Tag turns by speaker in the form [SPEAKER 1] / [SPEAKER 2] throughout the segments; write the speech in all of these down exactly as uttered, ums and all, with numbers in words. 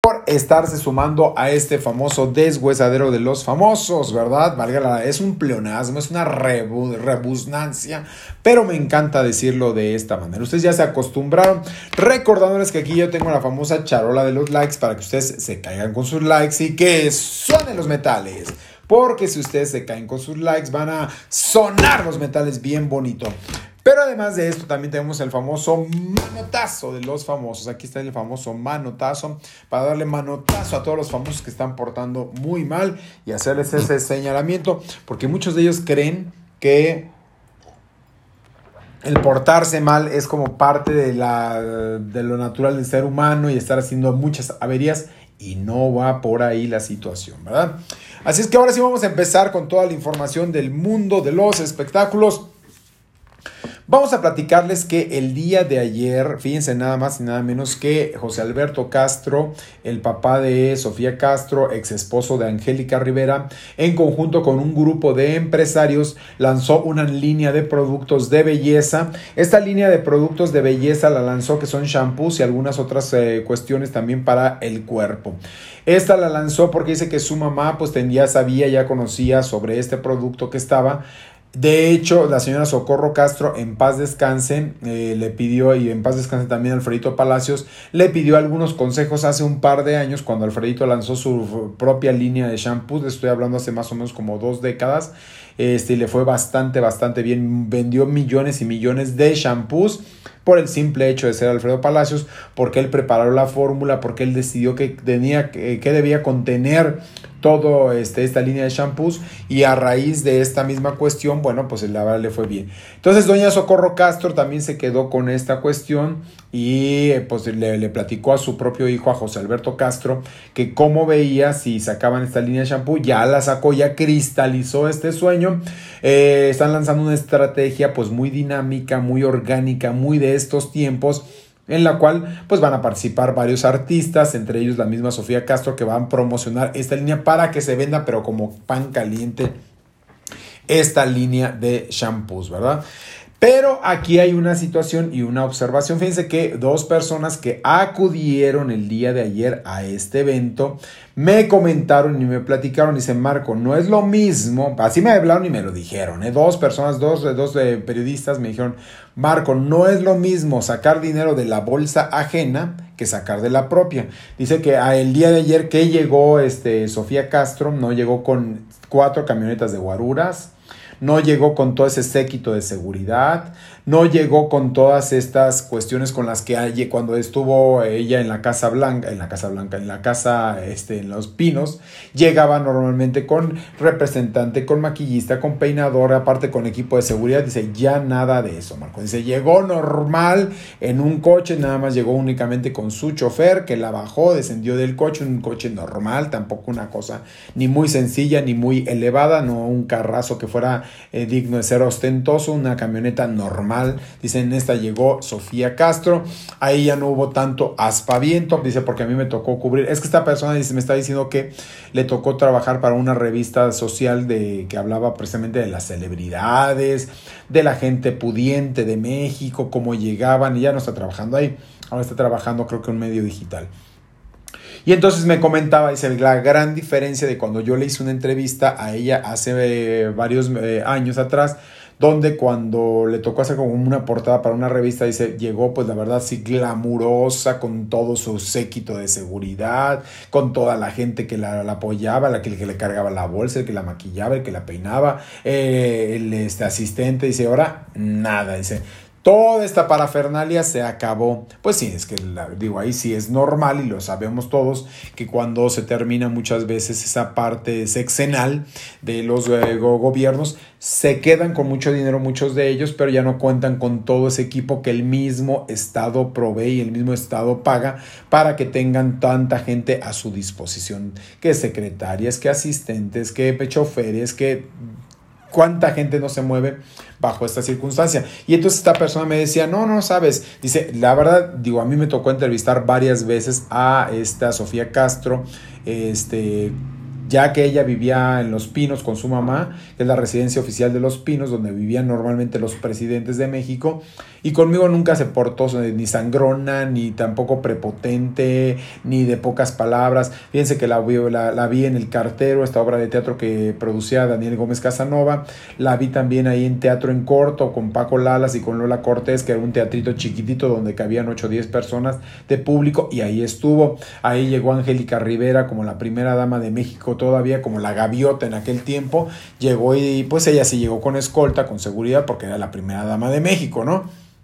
[SPEAKER 1] por estarse sumando a este famoso deshuesadero de los famosos, ¿verdad? Valga la, es un pleonasmo, es una rebu, rebusnancia, pero me encanta decirlo de esta manera. Ustedes ya se acostumbraron, recordándoles que aquí yo tengo la famosa charola de los likes para que ustedes se caigan con sus likes y que suenen los metales. Porque si ustedes se caen con sus likes van a sonar los metales bien bonito. Pero además de esto también tenemos el famoso manotazo de los famosos. Aquí está el famoso manotazo para darle manotazo a todos los famosos que están portando muy mal y hacerles ese señalamiento. Porque muchos de ellos creen que el portarse mal es como parte de, la, de lo natural del ser humano y estar haciendo muchas averías. Y no va por ahí la situación, ¿verdad? Así es que ahora sí vamos a empezar con toda la información del mundo de los espectáculos. Vamos a platicarles que el día de ayer, fíjense nada más y nada menos que José Alberto Castro, el papá de Sofía Castro, ex esposo de Angélica Rivera, en conjunto con un grupo de empresarios, lanzó una línea de productos de belleza. Esta línea de productos de belleza la lanzó que son shampoos y algunas otras eh, cuestiones también para el cuerpo. Esta la lanzó porque dice que su mamá pues ya sabía, ya conocía sobre este producto que estaba. De hecho, la señora Socorro Castro, en paz descanse, eh, le pidió, y en paz descanse también Alfredito Palacios, le pidió algunos consejos hace un par de años cuando Alfredito lanzó su propia línea de shampoos. Estoy hablando hace más o menos como dos décadas. Este, le fue bastante, bastante bien. Vendió millones y millones de shampoos por el simple hecho de ser Alfredo Palacios, porque él preparó la fórmula, porque él decidió que tenía que, que debía contener todo este, esta línea de shampoos, y a raíz de esta misma cuestión, bueno, pues la verdad le fue bien. Entonces doña Socorro Castro también se quedó con esta cuestión y pues le, le platicó a su propio hijo, a José Alberto Castro, que cómo veía si sacaban esta línea de shampoo. Ya la sacó, ya cristalizó este sueño. Eh, están lanzando una estrategia pues muy dinámica, muy orgánica, muy de estos tiempos, en la cual pues van a participar varios artistas, entre ellos la misma Sofía Castro, que van a promocionar esta línea para que se venda, pero como pan caliente, esta línea de shampoos, ¿verdad? Pero aquí hay una situación y una observación. Fíjense que dos personas que acudieron el día de ayer a este evento me comentaron y me platicaron. Dicen: Marco, no es lo mismo. Así me hablaron y me lo dijeron, ¿eh? Dos personas, dos, dos eh, periodistas me dijeron: Marco, no es lo mismo sacar dinero de la bolsa ajena que sacar de la propia. Dice que a el día de ayer que llegó este, Sofía Castro, no llegó con cuatro camionetas de guaruras, no llegó con todo ese séquito de seguridad, no llegó con todas estas cuestiones con las que hay, cuando estuvo ella en la Casa Blanca, en la Casa Blanca, en la casa, este, en Los Pinos, llegaba normalmente con representante, con maquillista, con peinador, aparte con equipo de seguridad. Dice, ya nada de eso, Marco. Dice, llegó normal en un coche, nada más llegó únicamente con su chofer, que la bajó, descendió del coche, un coche normal, tampoco una cosa ni muy sencilla, ni muy elevada, no un carrazo que fuera eh, digno de ser ostentoso, una camioneta normal. Dice, en esta llegó Sofía Castro. Ahí ya no hubo tanto aspaviento. Dice, porque a mí me tocó cubrir. Es que esta persona dice, me está diciendo que le tocó trabajar para una revista social de, que hablaba precisamente de las celebridades, de la gente pudiente de México, cómo llegaban, y ya no está trabajando ahí. Ahora está trabajando, creo que en un medio digital. Y entonces me comentaba, dice, la gran diferencia de cuando yo le hice una entrevista a ella hace eh, varios eh, años atrás, donde cuando le tocó hacer como una portada para una revista, dice, llegó pues la verdad sí glamurosa, con todo su séquito de seguridad, con toda la gente que la, la apoyaba, la que, que le cargaba la bolsa, el que la maquillaba, el que la peinaba, eh, el este, asistente. Dice, ahora nada, dice, toda esta parafernalia se acabó. Pues sí, es que la, digo, ahí sí es normal y lo sabemos todos, que cuando se termina muchas veces esa parte sexenal de los eh, gobiernos, se quedan con mucho dinero muchos de ellos, pero ya no cuentan con todo ese equipo que el mismo Estado provee y el mismo Estado paga para que tengan tanta gente a su disposición, que secretarias, que asistentes, que choferes, que cuánta gente no se mueve bajo esta circunstancia. Y entonces esta persona me decía, no, no sabes, dice, la verdad, digo, a mí me tocó entrevistar varias veces a esta Sofía Castro, este, ya que ella vivía en Los Pinos con su mamá, que es la residencia oficial de Los Pinos, donde vivían normalmente los presidentes de México, y conmigo nunca se portó ni sangrona, ni tampoco prepotente, ni de pocas palabras. Fíjense que la vi, la, la vi en El Cartero, esta obra de teatro que producía Daniel Gómez Casanova, la vi también ahí en Teatro en Corto, con Paco Lalas y con Lola Cortés, que era un teatrito chiquitito donde cabían ocho o diez personas de público, y ahí estuvo. Ahí llegó Angélica Rivera como la primera dama de México todavía, como la gaviota en aquel tiempo, llegó y pues ella sí llegó con escolta, con seguridad, porque era la primera dama de México, ¿no?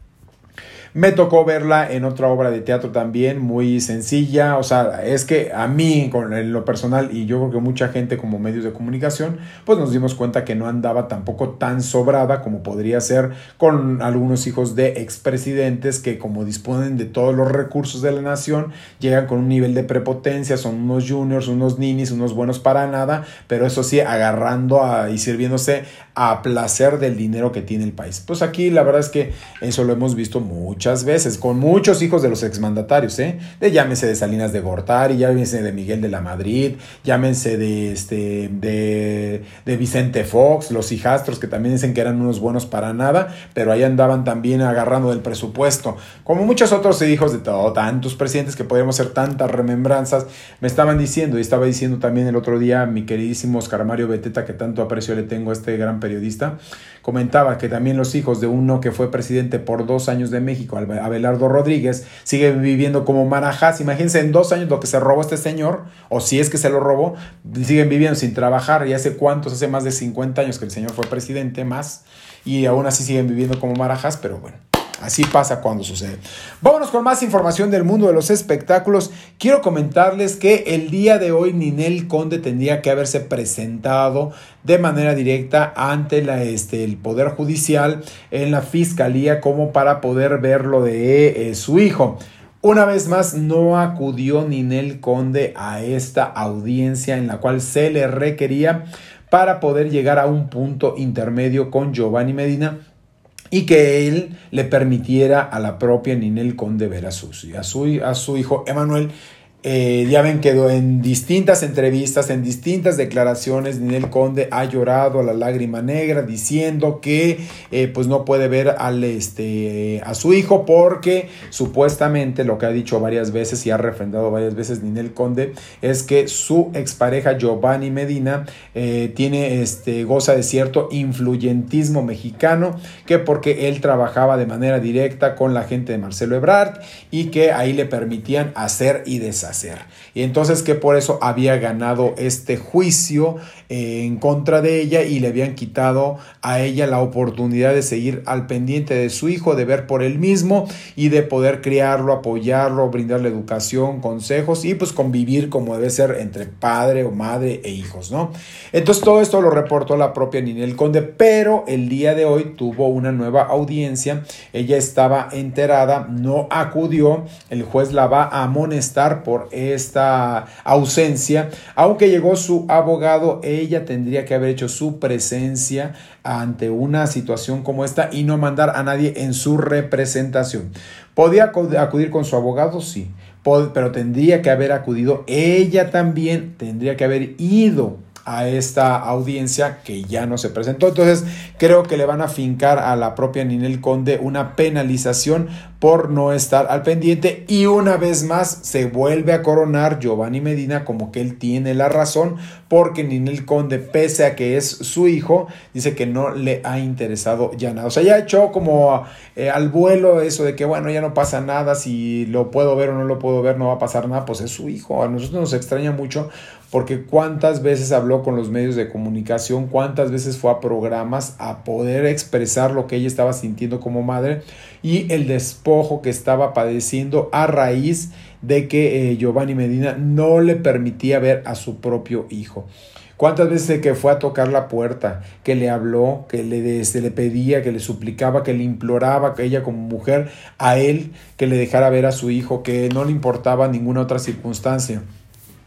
[SPEAKER 1] Me tocó verla en otra obra de teatro también, muy sencilla. O sea, es que a mí, con, en lo personal, y yo creo que mucha gente como medios de comunicación, pues nos dimos cuenta que no andaba tampoco tan sobrada como podría ser con algunos hijos de expresidentes que, como disponen de todos los recursos de la nación, llegan con un nivel de prepotencia, son unos juniors, unos ninis, unos buenos para nada, pero eso sí, agarrando a, y sirviéndose a placer del dinero que tiene el país. Pues aquí la verdad es que eso lo hemos visto mucho. Muchas veces, con muchos hijos de los exmandatarios, ¿eh? De, llámense de Salinas de Gortari, llámense de Miguel de la Madrid, llámense de, este, de, de Vicente Fox, los hijastros que también dicen que eran unos buenos para nada, pero ahí andaban también agarrando del presupuesto. Como muchos otros hijos de todo, tantos presidentes que podríamos hacer tantas remembranzas, me estaban diciendo, y estaba diciendo también el otro día mi queridísimo Oscar Mario Beteta, que tanto aprecio le tengo a este gran periodista, comentaba que también los hijos de uno que fue presidente por dos años de México, Abelardo Rodríguez, sigue viviendo como marajás. Imagínense en dos años lo que se robó este señor, o si es que se lo robó, siguen viviendo sin trabajar. Y hace cuántos, hace más de cincuenta años que el señor fue presidente, más, y aún así siguen viviendo como marajás, pero bueno. Así pasa cuando sucede. Vámonos con más información del mundo de los espectáculos. Quiero comentarles que el día de hoy Ninel Conde tendría que haberse presentado de manera directa ante la, este, el Poder Judicial en la Fiscalía como para poder ver lo de eh, su hijo. Una vez más, no acudió Ninel Conde a esta audiencia en la cual se le requería para poder llegar a un punto intermedio con Giovanni Medina, y que él le permitiera a la propia Ninel Conde ver a su, a su, a su hijo Emanuel. Eh, ya ven que en distintas entrevistas, en distintas declaraciones, Ninel Conde ha llorado a la lágrima negra diciendo que eh, pues no puede ver al, este, a su hijo porque supuestamente lo que ha dicho varias veces y ha refrendado varias veces Ninel Conde es que su expareja Giovanni Medina eh, tiene, este, goza de cierto influyentismo mexicano, que porque él trabajaba de manera directa con la gente de Marcelo Ebrard y que ahí le permitían hacer y deshacer. Y entonces que por eso había ganado este juicio eh, en contra de ella y le habían quitado a ella la oportunidad de seguir al pendiente de su hijo, de ver por él mismo y de poder criarlo, apoyarlo, brindarle educación, consejos y pues convivir como debe ser entre padre o madre e hijos, ¿no? Entonces todo esto lo reportó la propia Ninel Conde, pero el día de hoy tuvo una nueva audiencia. Ella estaba enterada, no acudió, el juez la va a amonestar por esta ausencia, aunque llegó su abogado. Ella tendría que haber hecho su presencia ante una situación como esta y no mandar a nadie en su representación. ¿Podía acudir con su abogado? Sí, pero tendría que haber acudido. Ella también tendría que haber ido a esta audiencia que ya no se presentó. Entonces creo que le van a fincar a la propia Ninel Conde una penalización por no estar al pendiente, y una vez más se vuelve a coronar Giovanni Medina como que él tiene la razón, porque Ninel Conde, pese a que es su hijo, dice que no le ha interesado ya nada. O sea, ya echó como eh, al vuelo eso de que bueno, ya no pasa nada, si lo puedo ver o no lo puedo ver, no va a pasar nada, pues es su hijo. A nosotros nos extraña mucho porque cuántas veces habló con los medios de comunicación, cuántas veces fue a programas a poder expresar lo que ella estaba sintiendo como madre y el despojo que estaba padeciendo a raíz de que eh, Giovanni Medina no le permitía ver a su propio hijo. ¿Cuántas veces que fue a tocar la puerta, que le habló, que le, se le pedía, que le suplicaba, que le imploraba, que ella como mujer, a él, que le dejara ver a su hijo, que no le importaba ninguna otra circunstancia?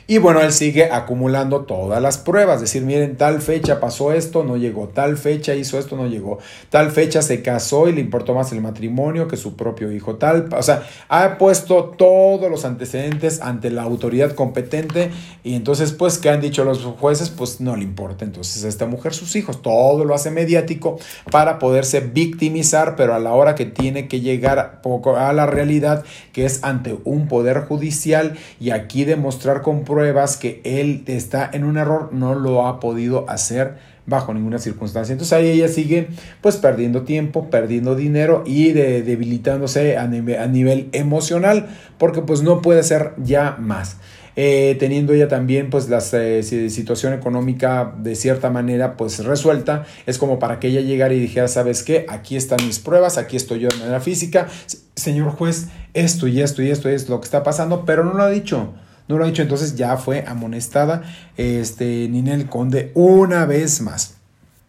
[SPEAKER 1] Y bueno, él sigue acumulando todas las pruebas, decir, miren, tal fecha pasó esto, no llegó, tal fecha hizo esto, no llegó, tal fecha se casó y le importó más el matrimonio que su propio hijo, tal, o sea, ha puesto todos los antecedentes ante la autoridad competente y entonces, pues, ¿qué han dicho los jueces? Pues no le importa, entonces a esta mujer sus hijos, todo lo hace mediático para poderse victimizar, pero a la hora que tiene que llegar poco a la realidad, que es ante un poder judicial y aquí demostrar con pruebas que él está en un error, no lo ha podido hacer bajo ninguna circunstancia. Entonces ahí ella sigue pues perdiendo tiempo, perdiendo dinero y de, debilitándose a nivel, a nivel emocional porque pues no puede hacer ya más. Eh, teniendo ella también pues la eh, situación económica de cierta manera pues resuelta, es como para que ella llegara y dijera, ¿sabes qué? Aquí están mis pruebas, aquí estoy yo de manera física, señor juez, esto y esto y esto es lo que está pasando, pero no lo ha dicho. No lo ha dicho, entonces ya fue amonestada este, Ninel Conde una vez más.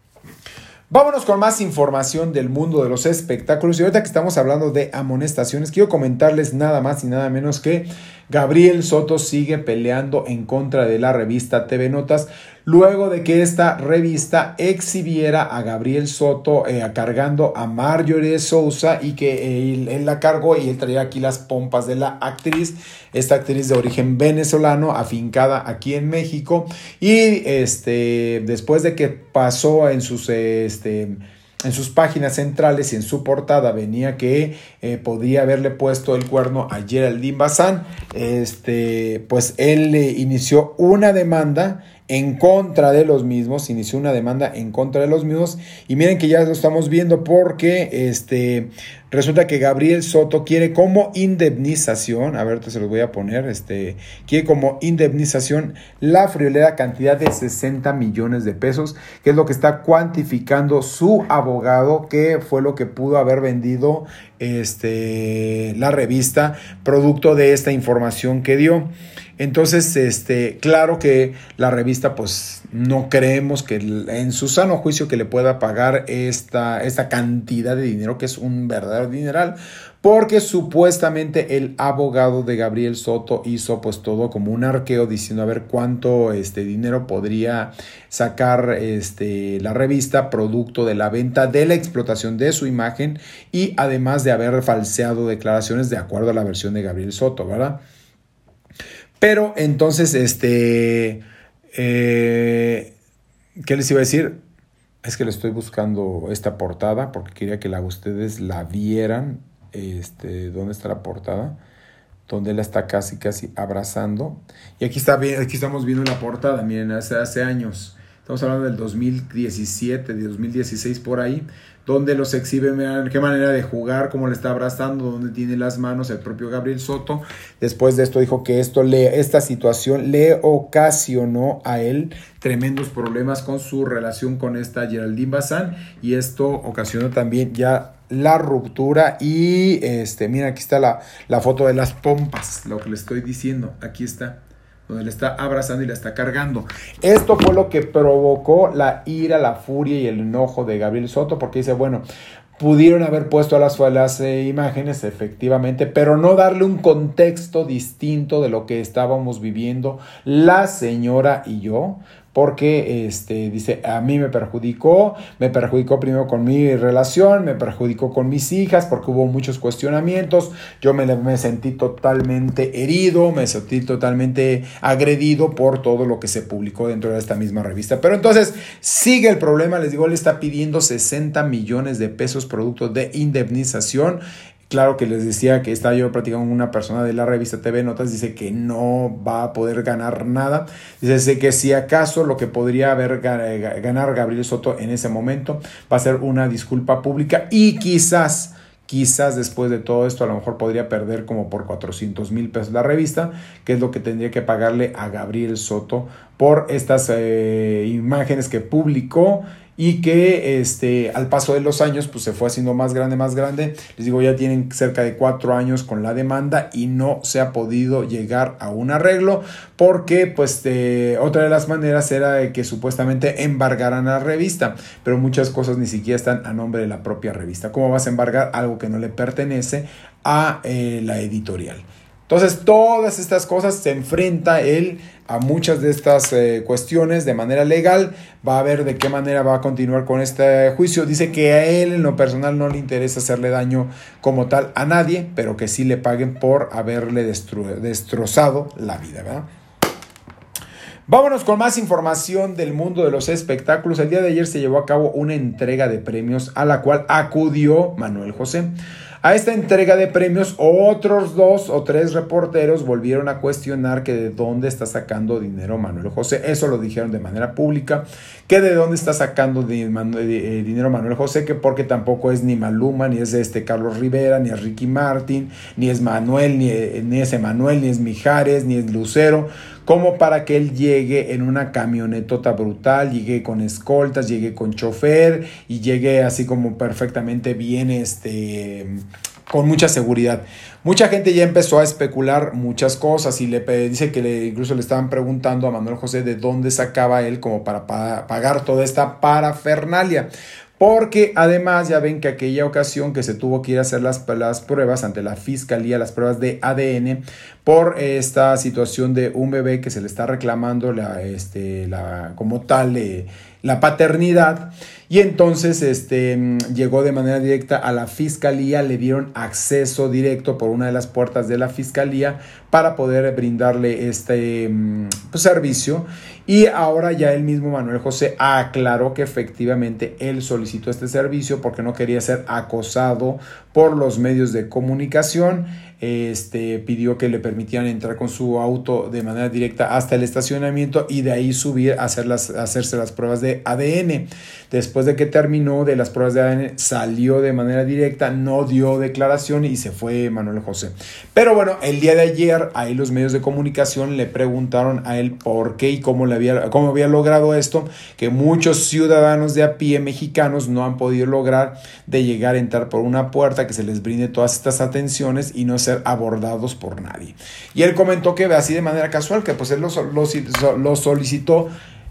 [SPEAKER 1] Vámonos con más información del mundo de los espectáculos y ahorita que estamos hablando de amonestaciones, quiero comentarles nada más y nada menos que Gabriel Soto sigue peleando en contra de la revista T V Notas luego de que esta revista exhibiera a Gabriel Soto eh, cargando a Marjorie Sousa y que él, él la cargó y él traía aquí las pompas de la actriz, esta actriz de origen venezolano afincada aquí en México y este después de que pasó en sus este en sus páginas centrales y en su portada venía que eh, podía haberle puesto el cuerno a Geraldine Bazán, este, pues él eh, inició una demanda en contra de los mismos, inició una demanda en contra de los mismos y miren que ya lo estamos viendo porque este, resulta que Gabriel Soto quiere como indemnización, a ver, te se los voy a poner, este, quiere como indemnización la friolera cantidad de sesenta millones de pesos, que es lo que está cuantificando su abogado, que fue lo que pudo haber vendido este, la revista, producto de esta información que dio. Entonces, este, claro que la revista, pues, no creemos que en su sano juicio que le pueda pagar esta, esta cantidad de dinero, que es un verdadero dineral, porque supuestamente el abogado de Gabriel Soto hizo pues todo como un arqueo diciendo a ver cuánto este dinero podría sacar este, la revista producto de la venta, de la explotación de su imagen y además de haber falseado declaraciones de acuerdo a la versión de Gabriel Soto, ¿verdad? Pero entonces, este, eh, ¿qué les iba a decir? Es que le estoy buscando esta portada porque quería que la, ustedes la vieran. Este, ¿dónde está la portada? Donde él está casi, casi abrazando. Y aquí, está, aquí estamos viendo la portada, miren, hace, hace años. Estamos hablando del dos mil diecisiete, de dos mil dieciséis por ahí, donde los exhibe, miren qué manera de jugar, cómo le está abrazando, donde tiene las manos el propio Gabriel Soto. Después de esto dijo que esto le, esta situación le ocasionó a él tremendos problemas con su relación con esta Geraldine Bazán y esto ocasionó también ya la ruptura y este, mira, aquí está la, la foto de las pompas, lo que le estoy diciendo, aquí está, donde le está abrazando y la está cargando. Esto fue lo que provocó la ira, la furia y el enojo de Gabriel Soto, porque dice, bueno, pudieron haber puesto las, las eh, imágenes efectivamente, pero no darle un contexto distinto de lo que estábamos viviendo la señora y yo, porque este, dice, a mí me perjudicó, me perjudicó primero con mi relación, me perjudicó con mis hijas, porque hubo muchos cuestionamientos, yo me, me sentí totalmente herido, me sentí totalmente agredido por todo lo que se publicó dentro de esta misma revista. Pero entonces sigue el problema, les digo, él está pidiendo sesenta millones de pesos producto de indemnización. Claro que les decía que estaba yo platicando con una persona de la revista T V Notas, dice que no va a poder ganar nada, dice que si acaso lo que podría haber ganar Gabriel Soto en ese momento va a ser una disculpa pública y quizás, quizás después de todo esto a lo mejor podría perder como por cuatrocientos mil pesos la revista, que es lo que tendría que pagarle a Gabriel Soto por estas eh, imágenes que publicó y que este, al paso de los años pues se fue haciendo más grande, más grande. Les digo, ya tienen cerca de cuatro años con la demanda y no se ha podido llegar a un arreglo porque pues de, otra de las maneras era de que supuestamente embargaran la revista, pero muchas cosas ni siquiera están a nombre de la propia revista. ¿Cómo vas a embargar algo que no le pertenece a eh, la editorial? Entonces, todas estas cosas se enfrenta él a muchas de estas eh, cuestiones de manera legal. Va a ver de qué manera va a continuar con este juicio. Dice que a él en lo personal no le interesa hacerle daño como tal a nadie, pero que sí le paguen por haberle destro- destrozado la vida, ¿verdad? Vámonos con más información del mundo de los espectáculos. El día de ayer se llevó a cabo una entrega de premios a la cual acudió Manuel José. A esta entrega de premios, otros dos o tres reporteros volvieron a cuestionar que de dónde está sacando dinero Manuel José. Eso lo dijeron de manera pública, que de dónde está sacando de, de, de, dinero Manuel José, que porque tampoco es ni Maluma, ni es este Carlos Rivera, ni es Ricky Martin, ni es Manuel, ni, ni es Emanuel, ni es Mijares, ni es Lucero, como para que él llegue en una camionetota brutal, llegue con escoltas, llegue con chofer y llegue así como perfectamente bien, este, con mucha seguridad. Mucha gente ya empezó a especular muchas cosas y le dice que le, incluso le estaban preguntando a Manuel José de dónde sacaba él como para pa- pagar toda esta parafernalia. Porque además ya ven que aquella ocasión que se tuvo que ir a hacer las, las pruebas ante la fiscalía, las pruebas de A D N, por esta situación de un bebé que se le está reclamando la, este, la, como tal eh, la paternidad, y entonces este, llegó de manera directa a la fiscalía, le dieron acceso directo por una de las puertas de la fiscalía para poder brindarle este pues, servicio. Y ahora ya el mismo Manuel José aclaró que efectivamente él solicitó este servicio porque no quería ser acosado por los medios de comunicación. Este, pidió que le permitieran entrar con su auto de manera directa hasta el estacionamiento y de ahí subir a hacer las, a hacerse las pruebas de A D N. Después de que terminó de las pruebas de A D N, salió de manera directa, no dio declaración y se fue Manuel José. Pero bueno, el día de ayer ahí los medios de comunicación le preguntaron a él por qué y cómo, le había, cómo había logrado esto, que muchos ciudadanos de a pie mexicanos no han podido lograr de llegar a entrar por una puerta, que se les brinde todas estas atenciones y no ser abordados por nadie. Y él comentó que así de manera casual, que pues él lo, lo, lo solicitó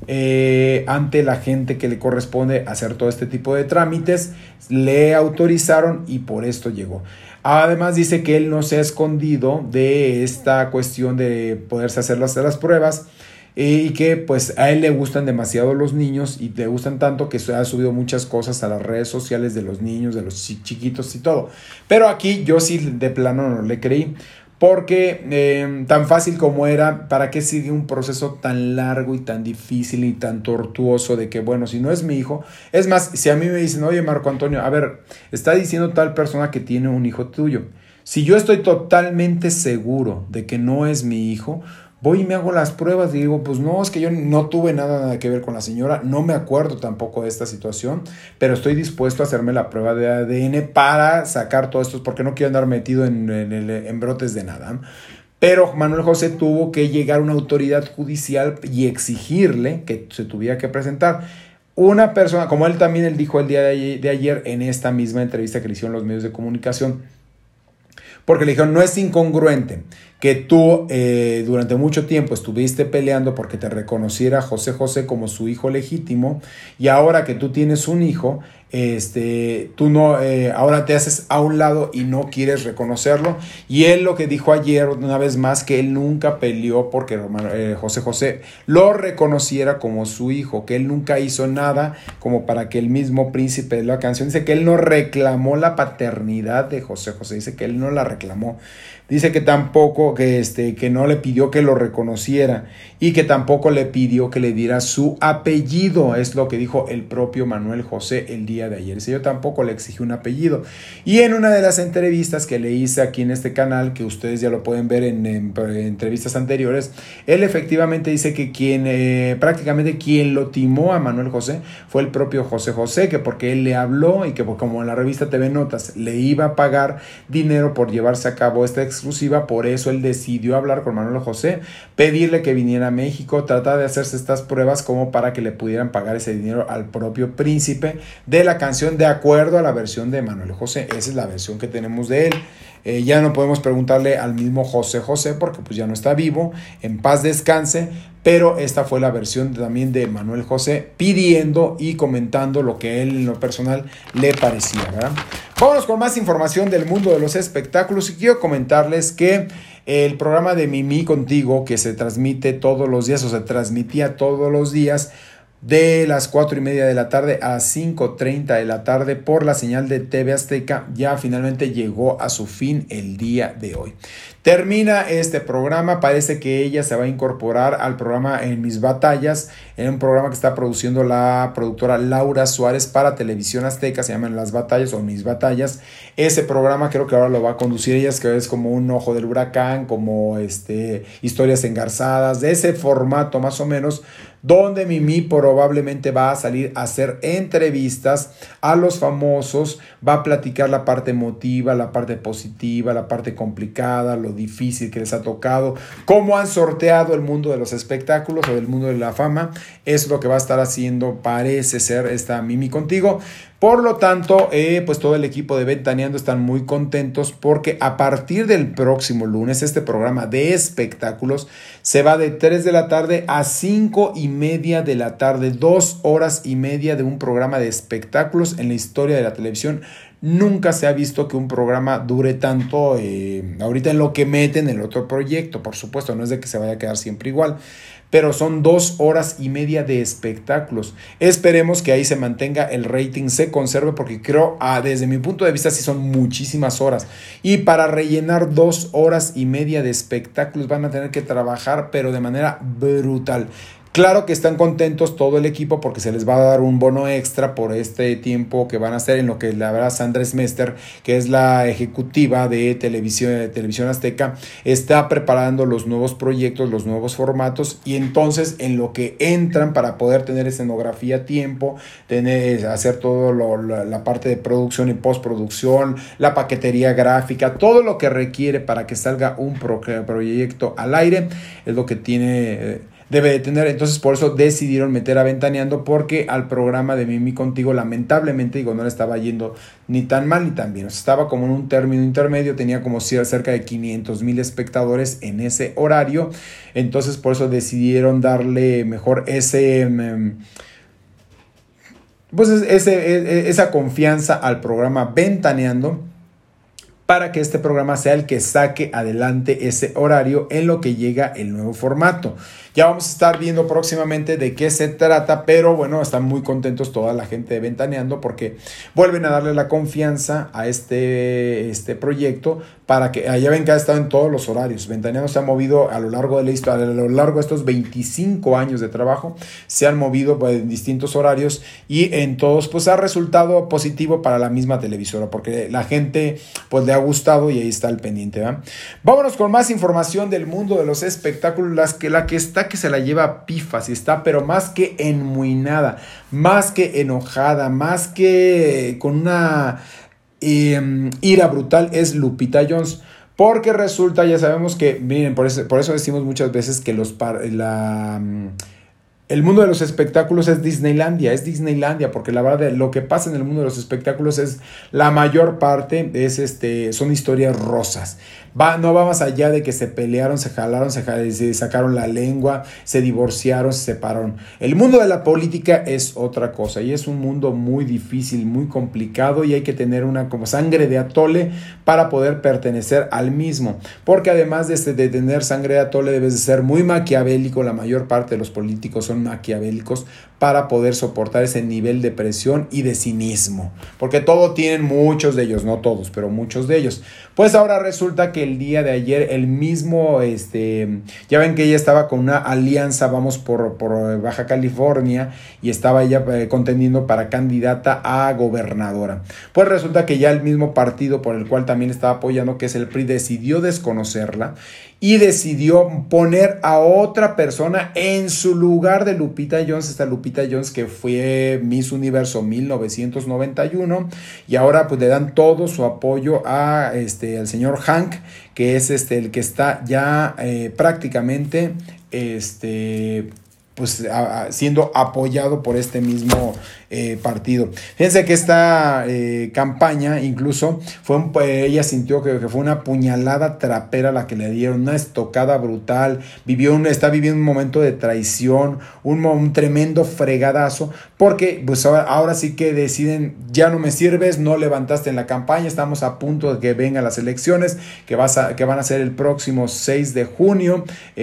[SPEAKER 1] eh, ante la gente que le corresponde hacer todo este tipo de trámites, le autorizaron y por esto llegó. Además dice que él no se ha escondido de esta cuestión de poderse hacer las, las pruebas, y que pues a él le gustan demasiado los niños y le gustan tanto que ha subido muchas cosas a las redes sociales de los niños, de los chiquitos y todo. Pero aquí yo sí de plano no le creí, porque eh, tan fácil como era, ¿para qué sigue un proceso tan largo y tan difícil y tan tortuoso de que, bueno, si no es mi hijo? Es más, si a mí me dicen, oye Marco Antonio, a ver, está diciendo tal persona que tiene un hijo tuyo. Si yo estoy totalmente seguro de que no es mi hijo, voy y me hago las pruebas y digo, pues no, es que yo no tuve nada, nada que ver con la señora, no me acuerdo tampoco de esta situación, pero estoy dispuesto a hacerme la prueba de A D N para sacar todo esto, porque no quiero andar metido en, en, en brotes de nada. Pero Manuel José tuvo que llegar a una autoridad judicial y exigirle que se tuviera que presentar. Una persona, como él también él dijo el día de ayer, de ayer en esta misma entrevista que le hicieron los medios de comunicación, porque le dijeron, no es incongruente que tú eh, durante mucho tiempo estuviste peleando porque te reconociera José José como su hijo legítimo, y ahora que tú tienes un hijo, este, tú no, eh, ahora te haces a un lado y no quieres reconocerlo. Y él lo que dijo ayer una vez más, que él nunca peleó porque eh, José José lo reconociera como su hijo, que él nunca hizo nada como para que el mismo príncipe de la canción, dice que él no reclamó la paternidad de José José, dice que él no la reclamó. Dice que tampoco, que, este, que no le pidió que lo reconociera y que tampoco le pidió que le diera su apellido. Es lo que dijo el propio Manuel José el día de ayer. Dice, yo tampoco le exigí un apellido. Y en una de las entrevistas que le hice aquí en este canal, que ustedes ya lo pueden ver en, en, en entrevistas anteriores, él efectivamente dice que quien, eh, prácticamente quien lo timó a Manuel José fue el propio José José, que porque él le habló y que como en la revista T V Notas le iba a pagar dinero por llevarse a cabo esta exclusiva, por eso él decidió hablar con Manuel José, pedirle que viniera a México, tratar de hacerse estas pruebas como para que le pudieran pagar ese dinero al propio príncipe de la canción, de acuerdo a la versión de Manuel José. Esa es la versión que tenemos de él. Eh, ya no podemos preguntarle al mismo José José porque pues ya no está vivo, en paz descanse, pero esta fue la versión también de Manuel José pidiendo y comentando lo que a él en lo personal le parecía, ¿verdad? Vámonos con más información del mundo de los espectáculos y quiero comentarles que El programa de Mimi Contigo, que se transmite todos los días o se transmitía todos los días, de las cuatro y media de la tarde a cinco treinta de la tarde por la señal de T V Azteca, ya finalmente llegó a su fin el día de hoy. Termina este programa, parece que ella se va a incorporar al programa En Mis Batallas, en un programa que está produciendo la productora Laura Suárez para Televisión Azteca, se llama Las Batallas o Mis Batallas. Ese programa creo que ahora lo va a conducir ella, que es como un ojo del huracán, como este, historias engarzadas, de ese formato más o menos, donde Mimi probablemente va a salir a hacer entrevistas a los famosos, va a platicar la parte emotiva, la parte positiva, la parte complicada, lo difícil que les ha tocado, cómo han sorteado el mundo de los espectáculos o del mundo de la fama. Es lo que va a estar haciendo, parece ser, esta Mimi Contigo. Por lo tanto, eh, pues todo el equipo de Ventaneando están muy contentos porque a partir del próximo lunes este programa de espectáculos se va de tres de la tarde a cinco y media de la tarde, dos horas y media de un programa de espectáculos. En la historia de la televisión nunca se ha visto que un programa dure tanto, eh, ahorita en lo que meten en el otro proyecto, por supuesto, no es de que se vaya a quedar siempre igual, pero son dos horas y media de espectáculos. Esperemos que ahí se mantenga el rating, se conserve, porque creo, ah, desde mi punto de vista, sí son muchísimas horas. Y para rellenar dos horas y media de espectáculos van a tener que trabajar, pero de manera brutal. Claro que están contentos todo el equipo porque se les va a dar un bono extra por este tiempo que van a hacer, en lo que la verdad Sandra Smester, que es la ejecutiva de televisión, de televisión Azteca, está preparando los nuevos proyectos, los nuevos formatos, y entonces en lo que entran para poder tener escenografía a tiempo, tener, hacer todo lo, la, la parte de producción y postproducción, la paquetería gráfica, todo lo que requiere para que salga un pro, proyecto al aire, es lo que tiene... Eh, debe de tener. Entonces por eso decidieron meter a Ventaneando, porque al programa de Mimi Contigo lamentablemente, digo, no le estaba yendo ni tan mal ni tan bien, o sea, estaba como en un término intermedio, tenía como cerca de quinientos mil espectadores en ese horario. Entonces por eso decidieron darle mejor ese pues ese, esa confianza al programa Ventaneando, para que este programa sea el que saque adelante ese horario en lo que llega el nuevo formato. Ya vamos a estar viendo próximamente de qué se trata, pero bueno, están muy contentos toda la gente de Ventaneando porque vuelven a darle la confianza a este, este proyecto, para que, ya ven que ha estado en todos los horarios. Ventaneando se ha movido a lo largo de la historia, a lo largo de estos veinticinco años de trabajo, se han movido pues, en distintos horarios, y en todos pues ha resultado positivo para la misma televisora, porque la gente pues le ha gustado y ahí está el pendiente, ¿verdad? Vámonos con más información del mundo de los espectáculos. Las que, la que está que se la lleva pifas y está pero más que enmuinada, más que enojada, más que con una eh, ira brutal es Lupita Jones, porque resulta, ya sabemos que, miren, por eso, por eso decimos muchas veces que los la el mundo de los espectáculos es Disneylandia, es Disneylandia, porque la verdad lo que pasa en el mundo de los espectáculos es, la mayor parte es este, son historias rosas. Va, no va más allá de que se pelearon, se jalaron, se, jalaron, se sacaron la lengua, se divorciaron, se separaron. El mundo de la política es otra cosa, y es un mundo muy difícil, muy complicado, y hay que tener una como sangre de atole para poder pertenecer al mismo, porque además de, de tener sangre de atole debes de ser muy maquiavélico. La mayor parte de los políticos son maquiavélicos para poder soportar ese nivel de presión y de cinismo, porque todo tienen, muchos de ellos, no todos, pero muchos de ellos. Pues ahora resulta que el día de ayer el mismo, este, ya ven que ella estaba con una alianza, vamos por, por Baja California, y estaba ella eh, contendiendo para candidata a gobernadora. Pues resulta que ya el mismo partido por el cual también estaba apoyando, que es el P R I, decidió desconocerla y decidió poner a otra persona en su lugar de Lupita Jones, esta Lupita Jones que fue Miss Universo mil novecientos noventa y uno, y ahora pues le dan todo su apoyo a este al señor Hank, que es este el que está ya eh, prácticamente este pues a, a, siendo apoyado por este mismo eh, partido. Fíjense que esta eh, campaña incluso fue un, eh, ella sintió que, que fue una puñalada trapera la que le dieron, una estocada brutal, vivió un, está viviendo un momento de traición, un, un tremendo fregadazo, porque pues ahora, ahora sí que deciden, ya no me sirves, no levantaste en la campaña, estamos a punto de que vengan las elecciones, que, vas a, que van a ser el próximo seis de junio,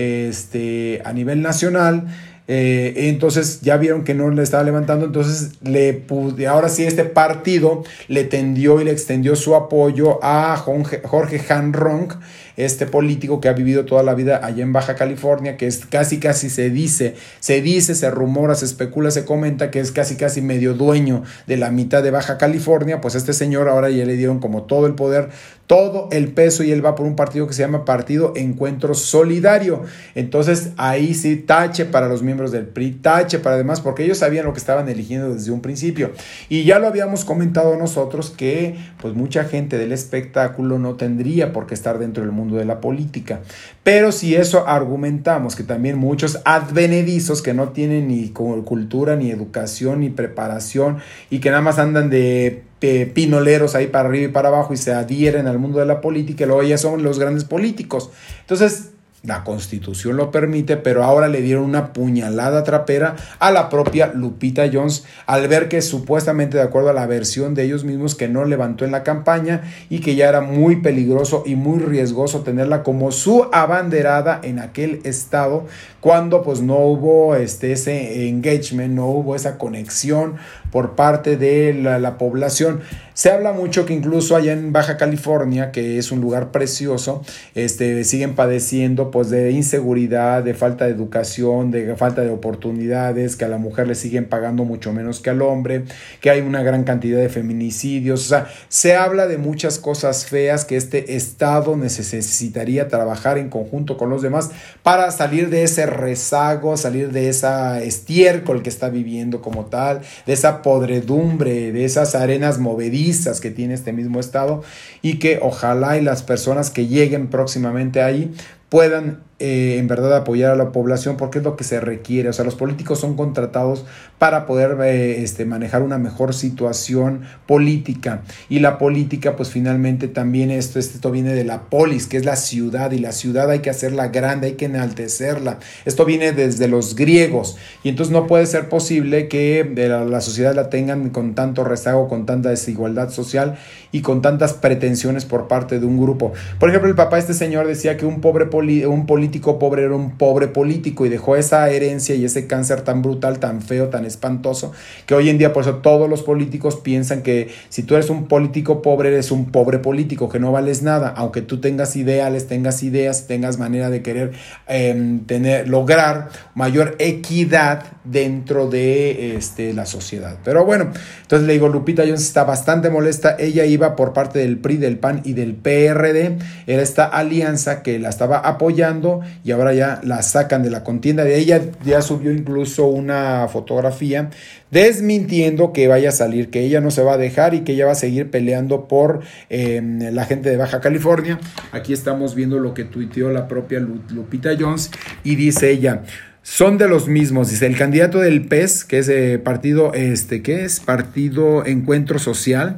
[SPEAKER 1] este, a nivel nacional. Eh, entonces ya vieron que no le estaba levantando, entonces le ahora sí este partido le tendió y le extendió su apoyo a Jorge Jan Ronk, este político que ha vivido toda la vida allá en Baja California, que es casi casi se dice, se dice, se rumora, se especula, se comenta que es casi casi medio dueño de la mitad de Baja California. Pues a este señor ahora ya le dieron como todo el poder, todo el peso, y él va por un partido que se llama Partido Encuentro Solidario. Entonces ahí sí tache para los miembros del P R I, tache para demás, porque ellos sabían lo que estaban eligiendo desde un principio. Y ya lo habíamos comentado nosotros que pues mucha gente del espectáculo no tendría por qué estar dentro del mundo de la política. Pero si eso argumentamos que también muchos advenedizos que no tienen ni cultura, ni educación, ni preparación, y que nada más andan de pinoleros ahí para arriba y para abajo y se adhieren al mundo de la política, y luego ya son los grandes políticos. Entonces la Constitución lo permite, pero ahora le dieron una puñalada trapera a la propia Lupita Jones al ver que supuestamente, de acuerdo a la versión de ellos mismos, que no levantó en la campaña y que ya era muy peligroso y muy riesgoso tenerla como su abanderada en aquel estado, cuando pues no hubo este, ese engagement, no hubo esa conexión por parte de la, la población. Se habla mucho que incluso allá en Baja California, que es un lugar precioso, este, siguen padeciendo pues de inseguridad, de falta de educación, de falta de oportunidades, que a la mujer le siguen pagando mucho menos que al hombre, que hay una gran cantidad de feminicidios. O sea, se habla de muchas cosas feas que este estado necesitaría trabajar en conjunto con los demás para salir de ese rezago, salir de esa estiércol que está viviendo como tal, de esa podredumbre, de esas arenas movedizas que tiene este mismo estado, y que ojalá y las personas que lleguen próximamente ahí puedan eh, en verdad apoyar a la población, porque es lo que se requiere. O sea, los políticos son contratados para poder eh, este, manejar una mejor situación política, y la política pues finalmente también esto, esto viene de la polis, que es la ciudad, y la ciudad hay que hacerla grande, hay que enaltecerla. Esto viene desde los griegos, y entonces no puede ser posible que la, la sociedad la tengan con tanto rezago, con tanta desigualdad social y con tantas pretensiones por parte de un grupo. Por ejemplo, el papá de este señor decía que un pobre poli, un político pobre era un pobre político, y dejó esa herencia y ese cáncer tan brutal, tan feo, tan espantoso, que hoy en día por eso todos los políticos piensan que si tú eres un político pobre, eres un pobre político, que no vales nada, aunque tú tengas ideales, tengas ideas, tengas manera de querer eh, tener, lograr mayor equidad dentro de este, la sociedad. Pero bueno, entonces le digo, Lupita Jones está bastante molesta. Ella iba por parte del P R I, del P A N y del P R D, era esta alianza que la estaba apoyando, y ahora ya la sacan de la contienda. De ella ya subió incluso una fotografía desmintiendo que vaya a salir, que ella no se va a dejar y que ella va a seguir peleando por eh, la gente de Baja California. Aquí estamos viendo lo que tuiteó la propia Lupita Jones, y dice ella: son de los mismos, dice, el candidato del P E S, que es eh, partido, este, ¿qué es? Partido Encuentro Social.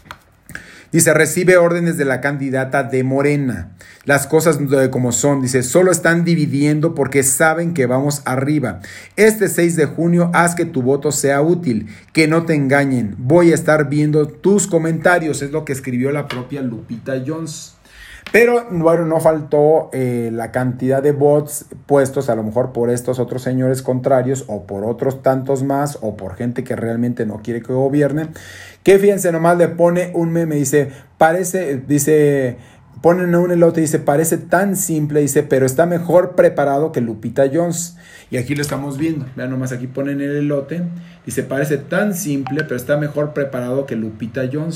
[SPEAKER 1] Dice, recibe órdenes de la candidata de Morena. Las cosas como son. Dice, solo están dividiendo porque saben que vamos arriba. Este seis de junio, haz que tu voto sea útil. Que no te engañen. Voy a estar viendo tus comentarios. Es lo que escribió la propia Lupita Jones. Pero bueno, no faltó eh, la cantidad de bots puestos a lo mejor por estos otros señores contrarios, o por otros tantos más, o por gente que realmente no quiere que gobierne, que fíjense nomás, le pone un meme, dice, parece, dice, ponen un elote, dice, parece tan simple, dice, pero está mejor preparado que Lupita Jones. Y aquí lo estamos viendo, vean nomás, aquí ponen el elote, dice, parece tan simple, pero está mejor preparado que Lupita Jones.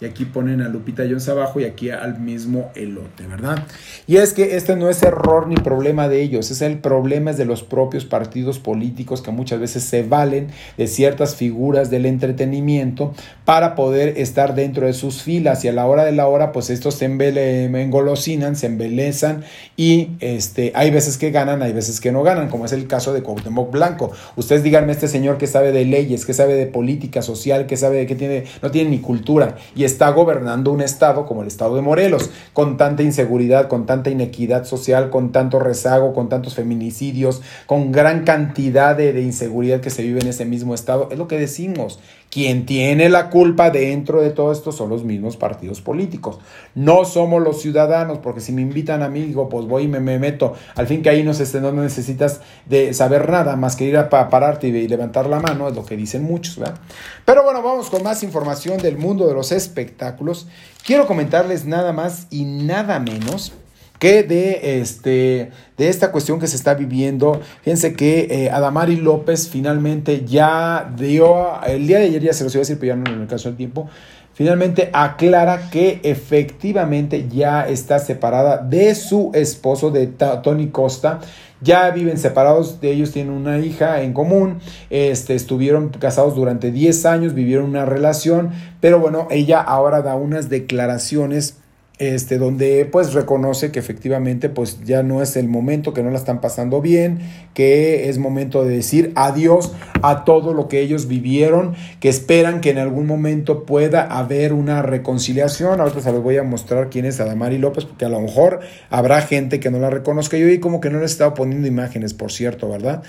[SPEAKER 1] y aquí ponen a Lupita Jones abajo y aquí al mismo elote, ¿verdad? Y es que este no es error ni problema de ellos, es el problema es de los propios partidos políticos que muchas veces se valen de ciertas figuras del entretenimiento para poder estar dentro de sus filas, y a la hora de la hora pues estos se engolosinan, se embelezan y este, hay veces que ganan, hay veces que no ganan, como es el caso de Cuauhtémoc Blanco. Ustedes díganme, este señor que sabe de leyes, que sabe de política social, que sabe de que tiene, no tiene ni cultura y está gobernando un estado como el estado de Morelos, con tanta inseguridad, con tanta inequidad social, con tanto rezago, con tantos feminicidios, con gran cantidad de, de inseguridad que se vive en ese mismo estado. Es lo que decimos. Quien tiene la culpa dentro de todo esto son los mismos partidos políticos. No somos los ciudadanos, porque si me invitan a mí, digo, pues voy y me, me meto. Al fin que ahí no, se, no necesitas de saber nada más que ir a pararte y levantar la mano, es lo que dicen muchos, ¿verdad? Pero bueno, vamos con más información del mundo de los espectáculos. Quiero comentarles nada más y nada menos que de, este, de esta cuestión que se está viviendo. Fíjense que eh, Adamari López finalmente ya dio, el día de ayer ya se los iba a decir, pero ya no me alcanzó el tiempo, finalmente aclara que efectivamente ya está separada de su esposo, de Tony Costa. Ya viven separados, de ellos tienen una hija en común, este, estuvieron casados durante diez años, vivieron una relación, pero bueno, ella ahora da unas declaraciones Este, donde pues reconoce que efectivamente pues ya no es el momento, que no la están pasando bien, que es momento de decir adiós a todo lo que ellos vivieron, que esperan que en algún momento pueda haber una reconciliación. Ahorita se los voy a mostrar quién es Adamari López, porque a lo mejor habrá gente que no la reconozca. Yo y como que no les he estado poniendo imágenes, por cierto, ¿verdad?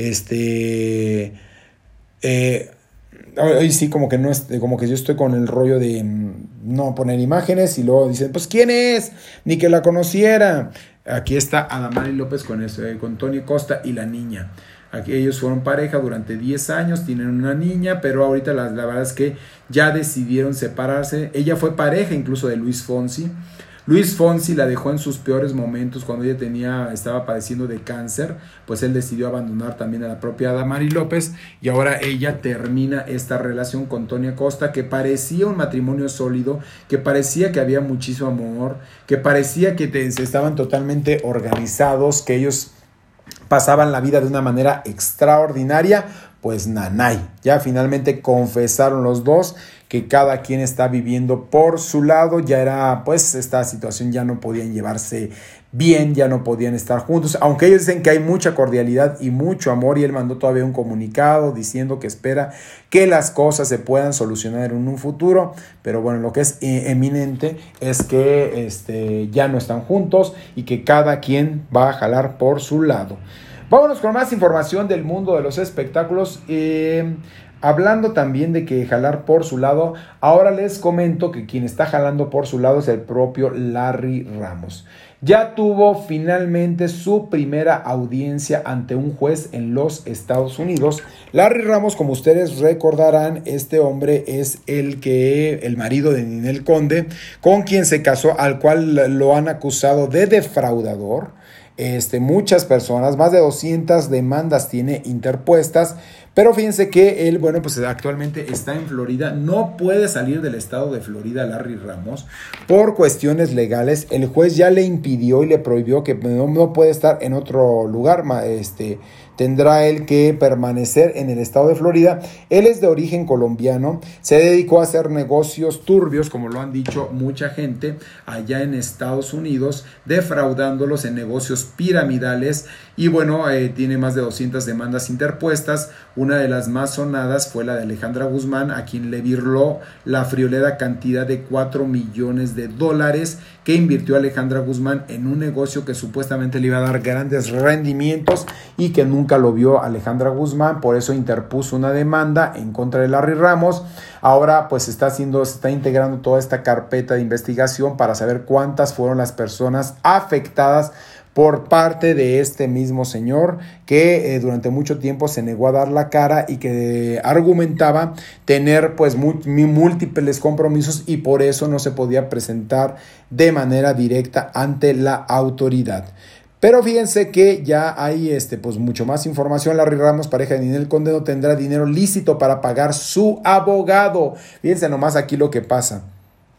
[SPEAKER 1] Este... Eh, Hoy sí, como que no es, como que yo estoy con el rollo de no poner imágenes y luego dicen, pues ¿quién es? Ni que la conociera. Aquí está Adamari López con, eso, eh, con Tony Costa y la niña. Aquí ellos fueron pareja durante diez años, tienen una niña, pero ahorita la, la verdad es que ya decidieron separarse. Ella fue pareja incluso de Luis Fonsi. Luis Fonsi la dejó en sus peores momentos cuando ella tenía, estaba padeciendo de cáncer, pues él decidió abandonar también a la propia Adamari López y ahora ella termina esta relación con Tony Costa, que parecía un matrimonio sólido, que parecía que había muchísimo amor, que parecía que te, estaban totalmente organizados, que ellos pasaban la vida de una manera extraordinaria. Pues nanay, ya finalmente confesaron los dos que cada quien está viviendo por su lado. Ya era, pues esta situación ya no podían llevarse bien, ya no podían estar juntos, aunque ellos dicen que hay mucha cordialidad y mucho amor, y él mandó todavía un comunicado diciendo que espera que las cosas se puedan solucionar en un futuro, pero bueno, lo que es eminente es que este, ya no están juntos y que cada quien va a jalar por su lado. Vámonos con más información del mundo de los espectáculos. Eh, hablando también de que jalar por su lado, ahora les comento que quien está jalando por su lado es el propio Larry Ramos. Ya tuvo finalmente su primera audiencia ante un juez en los Estados Unidos. Larry Ramos, como ustedes recordarán, este hombre es el que el marido de Ninel Conde, con quien se casó, al cual lo han acusado de defraudador. Este, muchas personas, más de doscientas demandas tiene interpuestas, pero fíjense que él, bueno, pues actualmente está en Florida, no puede salir del estado de Florida Larry Ramos por cuestiones legales. El juez ya le impidió y le prohibió que no, no puede estar en otro lugar, este, tendrá él que permanecer en el estado de Florida. Él es de origen colombiano, se dedicó a hacer negocios turbios, como lo han dicho mucha gente, allá en Estados Unidos, defraudándolos en negocios piramidales, y bueno, eh, tiene más de doscientas demandas interpuestas. Una de las más sonadas fue la de Alejandra Guzmán, a quien le virló la friolera cantidad de cuatro millones de dólares que invirtió Alejandra Guzmán en un negocio que supuestamente le iba a dar grandes rendimientos y que nunca lo vio Alejandra Guzmán. Por eso interpuso una demanda en contra de Larry Ramos. Ahora pues está haciendo, se está integrando toda esta carpeta de investigación para saber cuántas fueron las personas afectadas por parte de este mismo señor que eh, durante mucho tiempo se negó a dar la cara y que eh, argumentaba tener pues muy, muy múltiples compromisos y por eso no se podía presentar de manera directa ante la autoridad. Pero fíjense que ya hay este, pues mucho más información. Larry Ramos, pareja de Ninel Conde, no tendrá dinero lícito para pagar su abogado. Fíjense nomás aquí lo que pasa.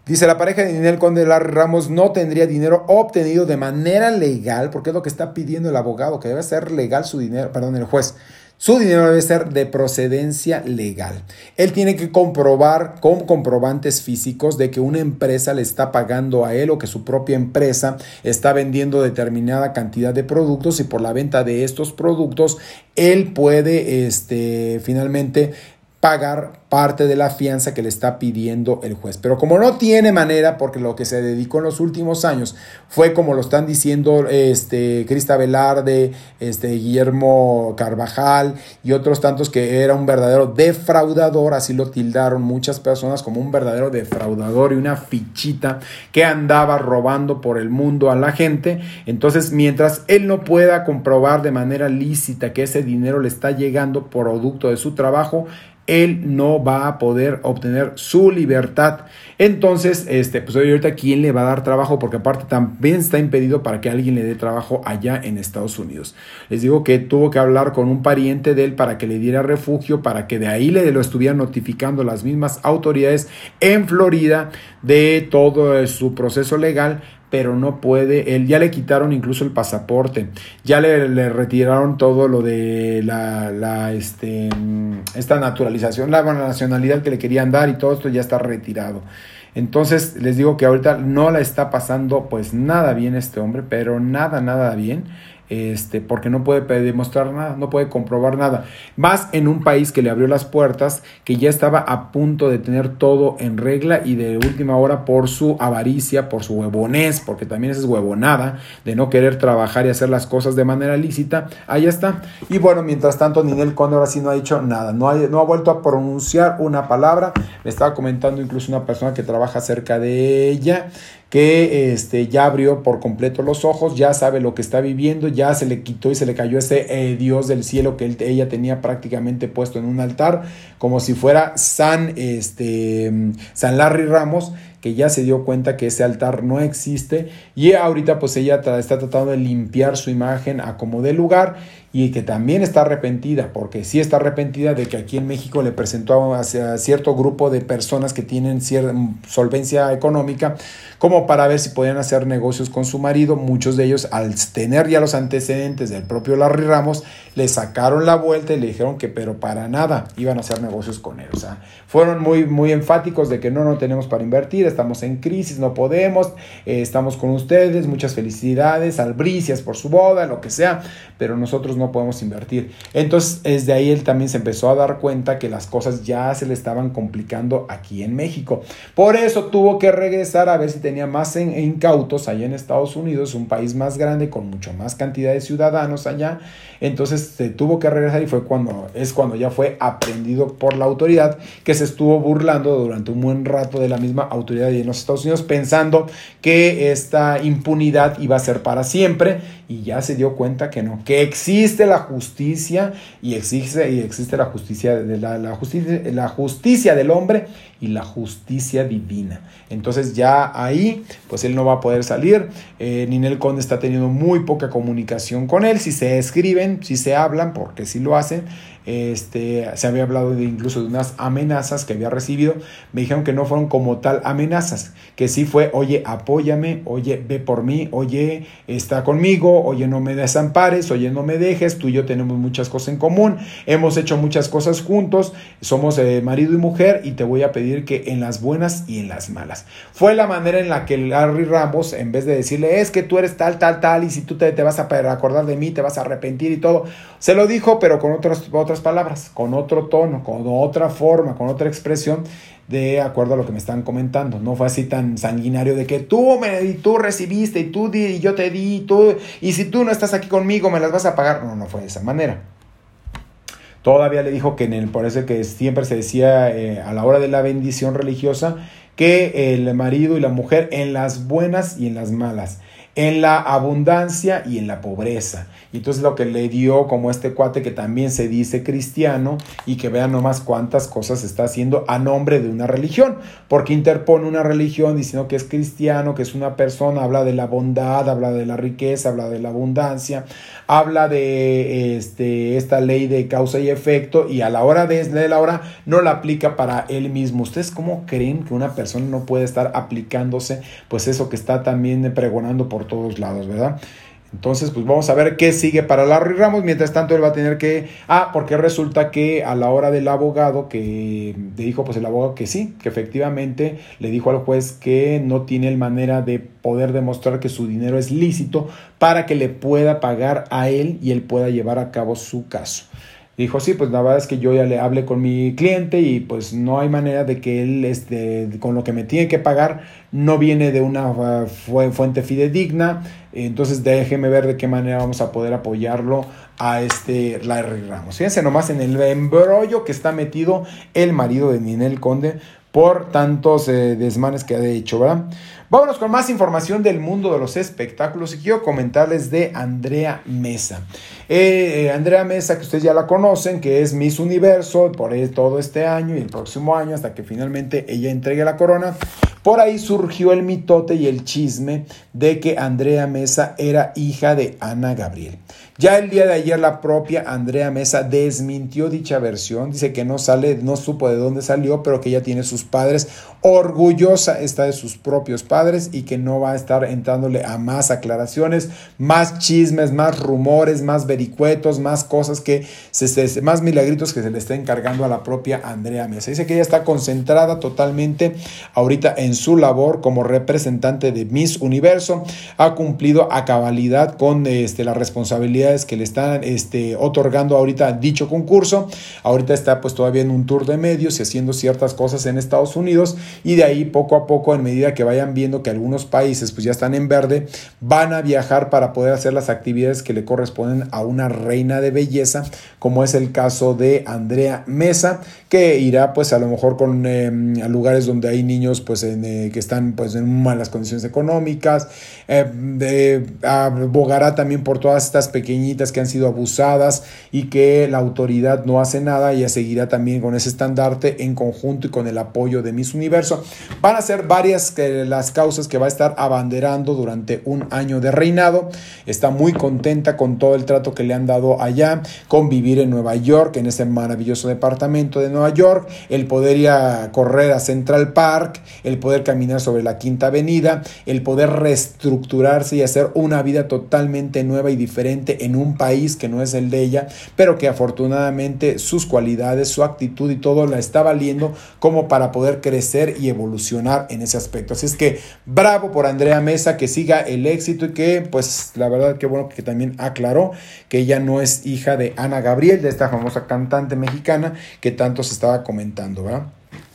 [SPEAKER 1] Dice, la pareja de Ninel Conde de Larry Ramos no tendría dinero obtenido de manera legal, porque es lo que está pidiendo el abogado, que debe ser legal su dinero, perdón, el juez. Su dinero debe ser de procedencia legal. Él tiene que comprobar con comprobantes físicos de que una empresa le está pagando a él o que su propia empresa está vendiendo determinada cantidad de productos y por la venta de estos productos él puede este, finalmente pagar parte de la fianza que le está pidiendo el juez. Pero como no tiene manera, porque lo que se dedicó en los últimos años fue, como lo están diciendo este, Crista Velarde, este, Guillermo Carvajal y otros tantos, que era un verdadero defraudador, así lo tildaron muchas personas como un verdadero defraudador y una fichita que andaba robando por el mundo a la gente. Entonces, mientras él no pueda comprobar de manera lícita que ese dinero le está llegando producto de su trabajo, él no va a poder obtener su libertad. Entonces, este, pues ahorita ¿quién le va a dar trabajo? Porque aparte también está impedido para que alguien le dé trabajo allá en Estados Unidos. Les digo que tuvo que hablar con un pariente de él para que le diera refugio, para que de ahí le lo estuvieran notificando las mismas autoridades en Florida de todo su proceso legal, pero no puede, él ya le quitaron incluso el pasaporte, ya le, le retiraron todo lo de la, la este, esta naturalización, la nacionalidad que le querían dar y todo esto ya está retirado. Entonces les digo que ahorita no la está pasando pues nada bien este hombre, pero nada, nada bien. Este, porque no puede demostrar nada, no puede comprobar nada, más en un país que le abrió las puertas, que ya estaba a punto de tener todo en regla y de última hora por su avaricia, por su huevonés, porque también es huevonada de no querer trabajar y hacer las cosas de manera lícita, ahí está. Y bueno, mientras tanto Ninel Conde ahora sí no ha dicho nada, no ha, no ha vuelto a pronunciar una palabra. Me estaba comentando incluso una persona que trabaja cerca de ella, que este, ya abrió por completo los ojos, ya sabe lo que está viviendo, ya se le quitó y se le cayó ese eh, Dios del cielo que él, ella tenía prácticamente puesto en un altar, como si fuera San, este, San Larry Ramos, que ya se dio cuenta que ese altar no existe y ahorita pues ella tra- está tratando de limpiar su imagen a como dé lugar, y que también está arrepentida, porque sí está arrepentida de que aquí en México le presentó a, a cierto grupo de personas que tienen cierta solvencia económica como para ver si podían hacer negocios con su marido. Muchos de ellos, al tener ya los antecedentes del propio Larry Ramos, le sacaron la vuelta y le dijeron que pero para nada iban a hacer negocios con él. O sea, fueron muy, muy enfáticos de que no, no tenemos para invertir, estamos en crisis, no podemos, eh, estamos con ustedes, muchas felicidades, albricias por su boda, lo que sea, pero nosotros no podemos invertir. Entonces, desde ahí él también se empezó a dar cuenta que las cosas ya se le estaban complicando aquí en México. Por eso tuvo que regresar a ver si tenía más en, incautos allá en Estados Unidos, un país más grande con mucho más cantidad de ciudadanos allá. Entonces se tuvo que regresar y fue cuando es cuando ya fue aprendido por la autoridad, que se estuvo burlando durante un buen rato de la misma autoridad en los Estados Unidos, pensando que esta impunidad iba a ser para siempre, y ya se dio cuenta que no, que existe la justicia y existe, y existe la justicia de la, la justicia, la justicia del hombre y la justicia divina. Entonces ya ahí pues él no va a poder salir. eh, Ninel Conde está teniendo muy poca comunicación con él, si se escriben, si se hablan, porque si lo hacen. Este, se había hablado de incluso de unas amenazas que había recibido. Me dijeron que no fueron como tal amenazas, que sí fue, oye, apóyame, oye, ve por mí, oye, está conmigo, oye, no me desampares, oye, no me dejes, tú y yo tenemos muchas cosas en común, hemos hecho muchas cosas juntos, somos eh, marido y mujer, y te voy a pedir que en las buenas y en las malas. Fue la manera en la que Larry Ramos, en vez de decirle, es que tú eres tal, tal, tal, y si tú te, te vas a acordar de mí, te vas a arrepentir y todo, se lo dijo, pero con otras, otras palabras, con otro tono, con otra forma, con otra expresión, de acuerdo a lo que me están comentando. No fue así tan sanguinario de que tú me y tú recibiste y tú di, y yo te di y tú, y si tú no estás aquí conmigo me las vas a pagar. No, no fue de esa manera. Todavía le dijo que en el, por eso que siempre se decía eh, a la hora de la bendición religiosa, que el marido y la mujer en las buenas y en las malas, en la abundancia y en la pobreza. Y entonces lo que le dio como este cuate que también se dice cristiano y que vean nomás cuántas cosas está haciendo a nombre de una religión, porque interpone una religión diciendo que es cristiano, que es una persona, habla de la bondad, habla de la riqueza, habla de la abundancia, habla de este, esta ley de causa y efecto, y a la hora de, de la hora no la aplica para él mismo. ¿Ustedes cómo creen que una persona no puede estar aplicándose pues eso que está también pregonando por todos lados, verdad? Entonces, pues vamos a ver qué sigue para Larry Ramos. Mientras tanto, él va a tener que... Ah, porque resulta que a la hora del abogado, que le dijo pues el abogado que sí, que efectivamente le dijo al juez que no tiene manera de poder demostrar que su dinero es lícito para que le pueda pagar a él y él pueda llevar a cabo su caso. Dijo, sí, pues la verdad es que yo ya le hablé con mi cliente y pues no hay manera de que él, este, con lo que me tiene que pagar, no viene de una uh, fuente fidedigna. Entonces déjeme ver de qué manera vamos a poder apoyarlo a este Larry Ramos. Fíjense nomás en el embrollo que está metido el marido de Ninel Conde por tantos eh, desmanes que ha hecho, ¿verdad? Vámonos con más información del mundo de los espectáculos y quiero comentarles de Andrea Meza. Eh, eh, Andrea Meza, que ustedes ya la conocen, que es Miss Universo por todo este año y el próximo año hasta que finalmente ella entregue la corona. Por ahí surgió el mitote y el chisme de que Andrea Meza era hija de Ana Gabriel. Ya el día de ayer la propia Andrea Meza desmintió dicha versión, dice que no sale, no supo de dónde salió, pero que ella tiene sus padres, orgullosa está de sus propios padres y que no va a estar entrándole a más aclaraciones, más chismes, más rumores, más vericuetos, más cosas que, se, se, más milagritos que se le está encargando a la propia Andrea Meza. Dice que ella está concentrada totalmente ahorita en su labor como representante de Miss Universo, ha cumplido a cabalidad con este, las responsabilidades que le están este, otorgando ahorita dicho concurso. Ahorita está pues todavía en un tour de medios y haciendo ciertas cosas en Estados Unidos y de ahí poco a poco, en medida que vayan viendo que algunos países pues ya están en verde, van a viajar para poder hacer las actividades que le corresponden a una reina de belleza, como es el caso de Andrea Meza, que irá pues a lo mejor con eh, a lugares donde hay niños pues en, eh, que están pues en malas condiciones económicas, eh, de, abogará también por todas estas pequeñas que han sido abusadas y que la autoridad no hace nada. Ella seguirá también con ese estandarte en conjunto y con el apoyo de Miss Universo. Van a ser varias que, las causas que va a estar abanderando durante un año de reinado. Está muy contenta con todo el trato que le han dado allá, con vivir en Nueva York, en ese maravilloso departamento de Nueva York, el poder ir a correr a Central Park, el poder caminar sobre la Quinta Avenida, el poder reestructurarse y hacer una vida totalmente nueva y diferente en un país que no es el de ella, pero que afortunadamente sus cualidades, su actitud y todo la está valiendo como para poder crecer y evolucionar en ese aspecto. Así es que bravo por Andrea Meza, que siga el éxito y que pues la verdad que bueno que también aclaró que ella no es hija de Ana Gabriel, de esta famosa cantante mexicana que tanto se estaba comentando, ¿verdad?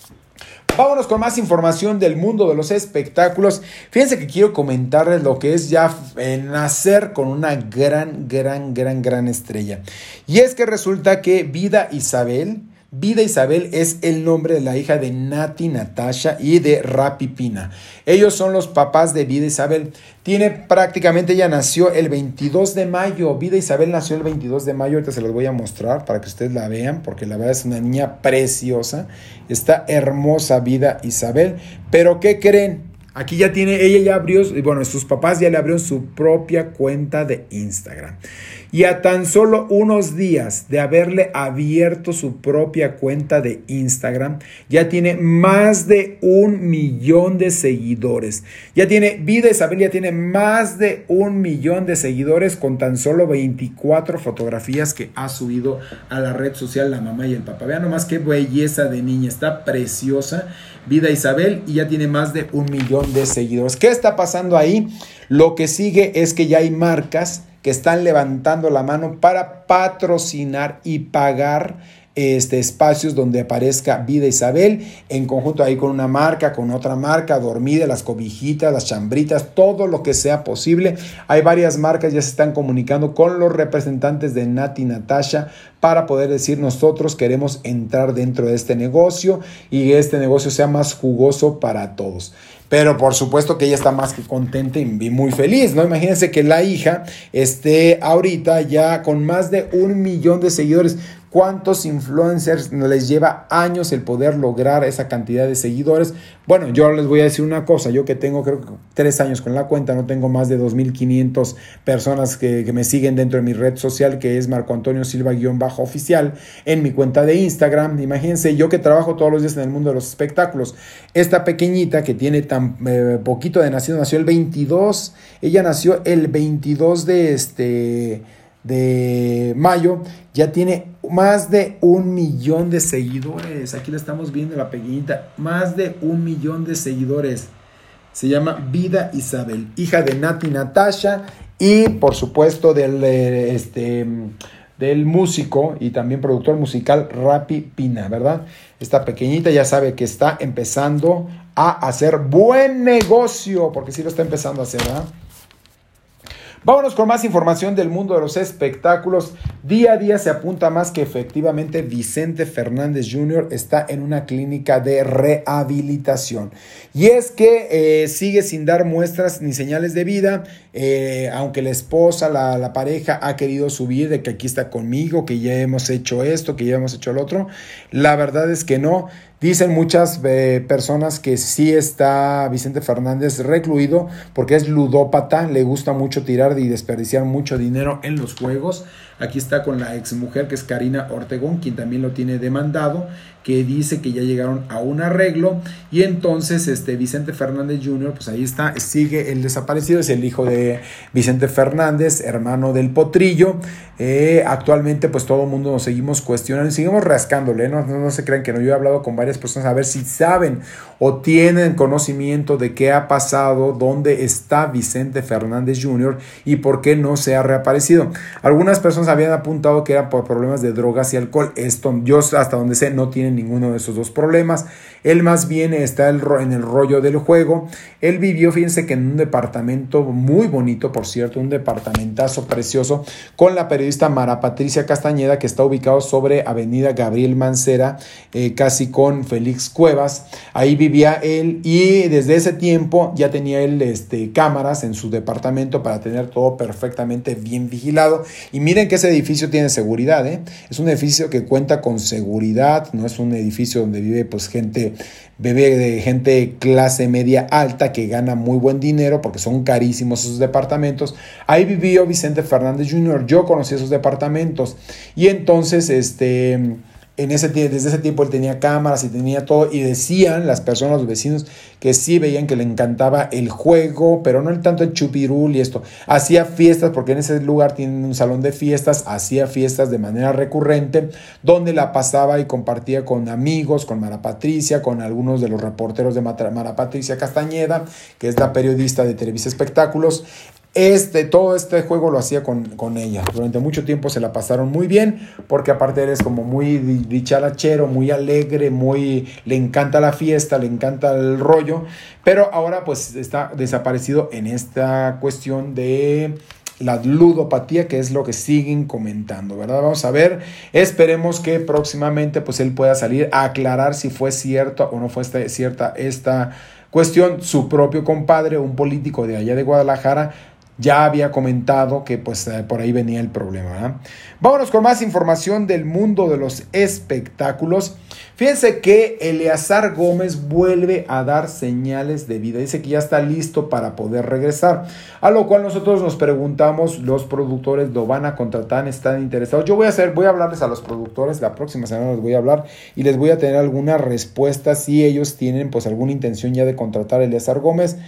[SPEAKER 1] Vámonos con más información del mundo de los espectáculos. Fíjense que quiero comentarles lo que es ya nacer con una gran, gran, gran, gran estrella. Y es que resulta que Vida Isabel, Vida Isabel es el nombre de la hija de Nati Natasha y de Rapi Pina. Ellos son los papás de Vida Isabel. Tiene prácticamente, ella nació el veintidós de mayo. Vida Isabel nació el veintidós de mayo. Ahorita se los voy a mostrar para que ustedes la vean, porque la verdad es una niña preciosa. Está hermosa Vida Isabel. Pero ¿qué creen? Aquí ya tiene, ella ya abrió, bueno, sus papás ya le abrieron su propia cuenta de Instagram. Y a tan solo unos días de haberle abierto su propia cuenta de Instagram, ya tiene más de un millón de seguidores. Ya tiene, Vida Isabel ya tiene más de un millón de seguidores con tan solo veinticuatro fotografías que ha subido a la red social la mamá y el papá. Vean nomás qué belleza de niña, está preciosa Vida Isabel y ya tiene más de un millón de seguidores. ¿Qué está pasando ahí? Lo que sigue es que ya hay marcas que están levantando la mano para patrocinar y pagar este, espacios donde aparezca Vida Isabel, en conjunto ahí con una marca, con otra marca, Dormida, las cobijitas, las chambritas, todo lo que sea posible. Hay varias marcas, ya se están comunicando con los representantes de Nati Natasha para poder decir nosotros queremos entrar dentro de este negocio y que este negocio sea más jugoso para todos. Pero por supuesto que ella está más que contenta y muy feliz, ¿no? Imagínense que la hija esté ahorita ya con más de un millón de seguidores. ¿Cuántos influencers les lleva años el poder lograr esa cantidad de seguidores? Bueno, yo les voy a decir una cosa. Yo que tengo creo que tres años con la cuenta, no tengo más de dos mil quinientas personas que, que me siguen dentro de mi red social, que es Marco Antonio Silva-oficial, en mi cuenta de Instagram. Imagínense, yo que trabajo todos los días en el mundo de los espectáculos. Esta pequeñita que tiene tan eh, poquito de nacido, nació el veintidós. Ella nació el veintidós de este... de mayo, ya tiene más de un millón de seguidores. Aquí la estamos viendo, la pequeñita, más de un millón de seguidores. Se llama Vida Isabel, hija de Nati Natasha y por supuesto del, este, del músico y también productor musical Rapi Pina, ¿verdad? Esta pequeñita ya sabe que está empezando a hacer buen negocio, porque sí lo está empezando a hacer, ¿verdad? Vámonos con más información del mundo de los espectáculos. Día a día se apunta más que efectivamente Vicente Fernández junior está en una clínica de rehabilitación. Y es que eh, sigue sin dar muestras ni señales de vida, eh, aunque la esposa, la, la pareja ha querido subir de que aquí está conmigo, que ya hemos hecho esto, que ya hemos hecho lo otro. La verdad es que no. Dicen muchas eh, personas que sí está Vicente Fernández recluido porque es ludópata, le gusta mucho tirar y desperdiciar mucho dinero en los juegos. Aquí está con la exmujer que es Karina Ortegón, quien también lo tiene demandado, que dice que ya llegaron a un arreglo y entonces este Vicente Fernández junior pues ahí está, sigue el desaparecido, es el hijo de Vicente Fernández, hermano del Potrillo. Eh, actualmente pues todo el mundo nos seguimos cuestionando y seguimos rascándole, ¿no? No, no se crean que no, yo he hablado con varias personas a ver si saben o tienen conocimiento de qué ha pasado, dónde está Vicente Fernández junior y por qué no se ha reaparecido. Algunas personas habían apuntado que era por problemas de drogas y alcohol. Esto yo hasta donde sé no tiene ninguno de esos dos problemas. Él más bien está el ro- en el rollo del juego. Él vivió, fíjense que en un departamento muy bonito, por cierto, un departamentazo precioso, con la periodista Mara Patricia Castañeda, que está ubicado sobre Avenida Gabriel Mancera, eh, casi con Félix Cuevas. Ahí vivía él y desde ese tiempo ya tenía él este, cámaras en su departamento para tener todo perfectamente bien vigilado. Y miren que ese edificio tiene seguridad, ¿eh? Es un edificio que cuenta con seguridad, no es un edificio donde vive pues gente, bebé de gente clase media alta que gana muy buen dinero porque son carísimos esos departamentos. Ahí vivió Vicente Fernández junior, yo conocí esos departamentos y entonces este... En ese, desde ese tiempo él tenía cámaras y tenía todo y decían las personas, los vecinos, que sí veían que le encantaba el juego, pero no el tanto el chupirul y esto. Hacía fiestas porque en ese lugar tienen un salón de fiestas, hacía fiestas de manera recurrente donde la pasaba y compartía con amigos, con Mara Patricia, con algunos de los reporteros de Mara Patricia Castañeda, que es la periodista de Televisa Espectáculos. Este, todo este juego lo hacía con, con ella. Durante mucho tiempo se la pasaron muy bien, porque aparte eres como muy dicharachero, muy alegre, muy, le encanta la fiesta, le encanta el rollo, pero ahora pues está desaparecido en esta cuestión de la ludopatía, que es lo que siguen comentando, ¿verdad? Vamos a ver, esperemos que próximamente pues él pueda salir a aclarar si fue cierto o no fue esta, cierta esta cuestión. Su propio compadre, un político de allá de Guadalajara, ya había comentado que pues eh, por ahí venía el problema, ¿eh? Vámonos con más información del mundo de los espectáculos. Fíjense que Eleazar Gómez vuelve a dar señales de vida. Dice que ya está listo para poder regresar. A lo cual nosotros nos preguntamos, ¿los productores lo van a contratar? ¿Están interesados? Yo voy a hacer, voy a hablarles a los productores. La próxima semana les voy a hablar y les voy a tener alguna respuesta si ellos tienen pues alguna intención ya de contratar a Eleazar Gómez.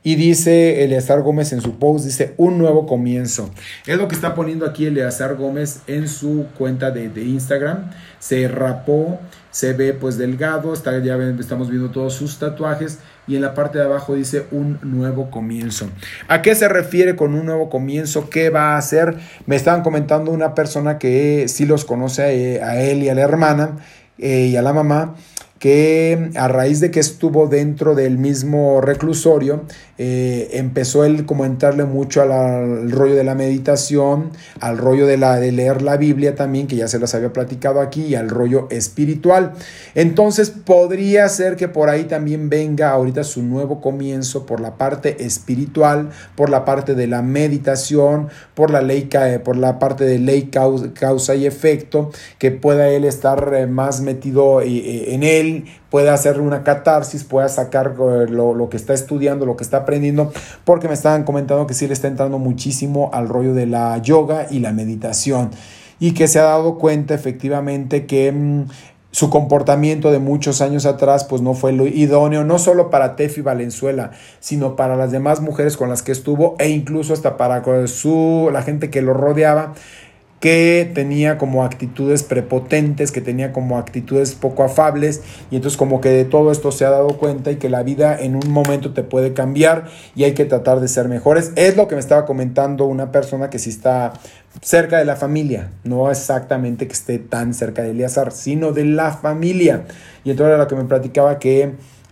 [SPEAKER 1] Y dice Eleazar Gómez en su post, dice, un nuevo comienzo. Es lo que está poniendo aquí Eleazar Gómez en su cuenta de, de Instagram. Se rapó, se ve pues delgado, está, ya ven, estamos viendo todos sus tatuajes. Y en la parte de abajo dice un nuevo comienzo. ¿A qué se refiere con un nuevo comienzo? ¿Qué va a hacer? Me estaban comentando una persona que sí los conoce a, a él y a la hermana eh, y a la mamá, que a raíz de que estuvo dentro del mismo reclusorio, eh, empezó él como a entrarle mucho a la, al rollo de la meditación, al rollo de, la, de leer la Biblia también, que ya se los había platicado aquí, y al rollo espiritual. Entonces podría ser que por ahí también venga ahorita su nuevo comienzo por la parte espiritual, por la parte de la meditación, por la ley, por la parte de ley causa, causa y efecto, que pueda él estar más metido en él, pueda hacer una catarsis, pueda sacar lo, lo que está estudiando, lo que está aprendiendo, porque me estaban comentando que sí le está entrando muchísimo al rollo de la yoga y la meditación, y que se ha dado cuenta efectivamente que mmm, su comportamiento de muchos años atrás pues no fue lo idóneo, no solo para Tefi Valenzuela, sino para las demás mujeres con las que estuvo, e incluso hasta para su, la gente que lo rodeaba, que tenía como actitudes prepotentes, que tenía como actitudes poco afables, y entonces como que de todo esto se ha dado cuenta, y que la vida en un momento te puede cambiar y hay que tratar de ser mejores. Es lo que me estaba comentando una persona que sí está cerca de la familia, no exactamente que esté tan cerca de Eleazar, sino de la familia. Y entonces era lo que me platicaba, que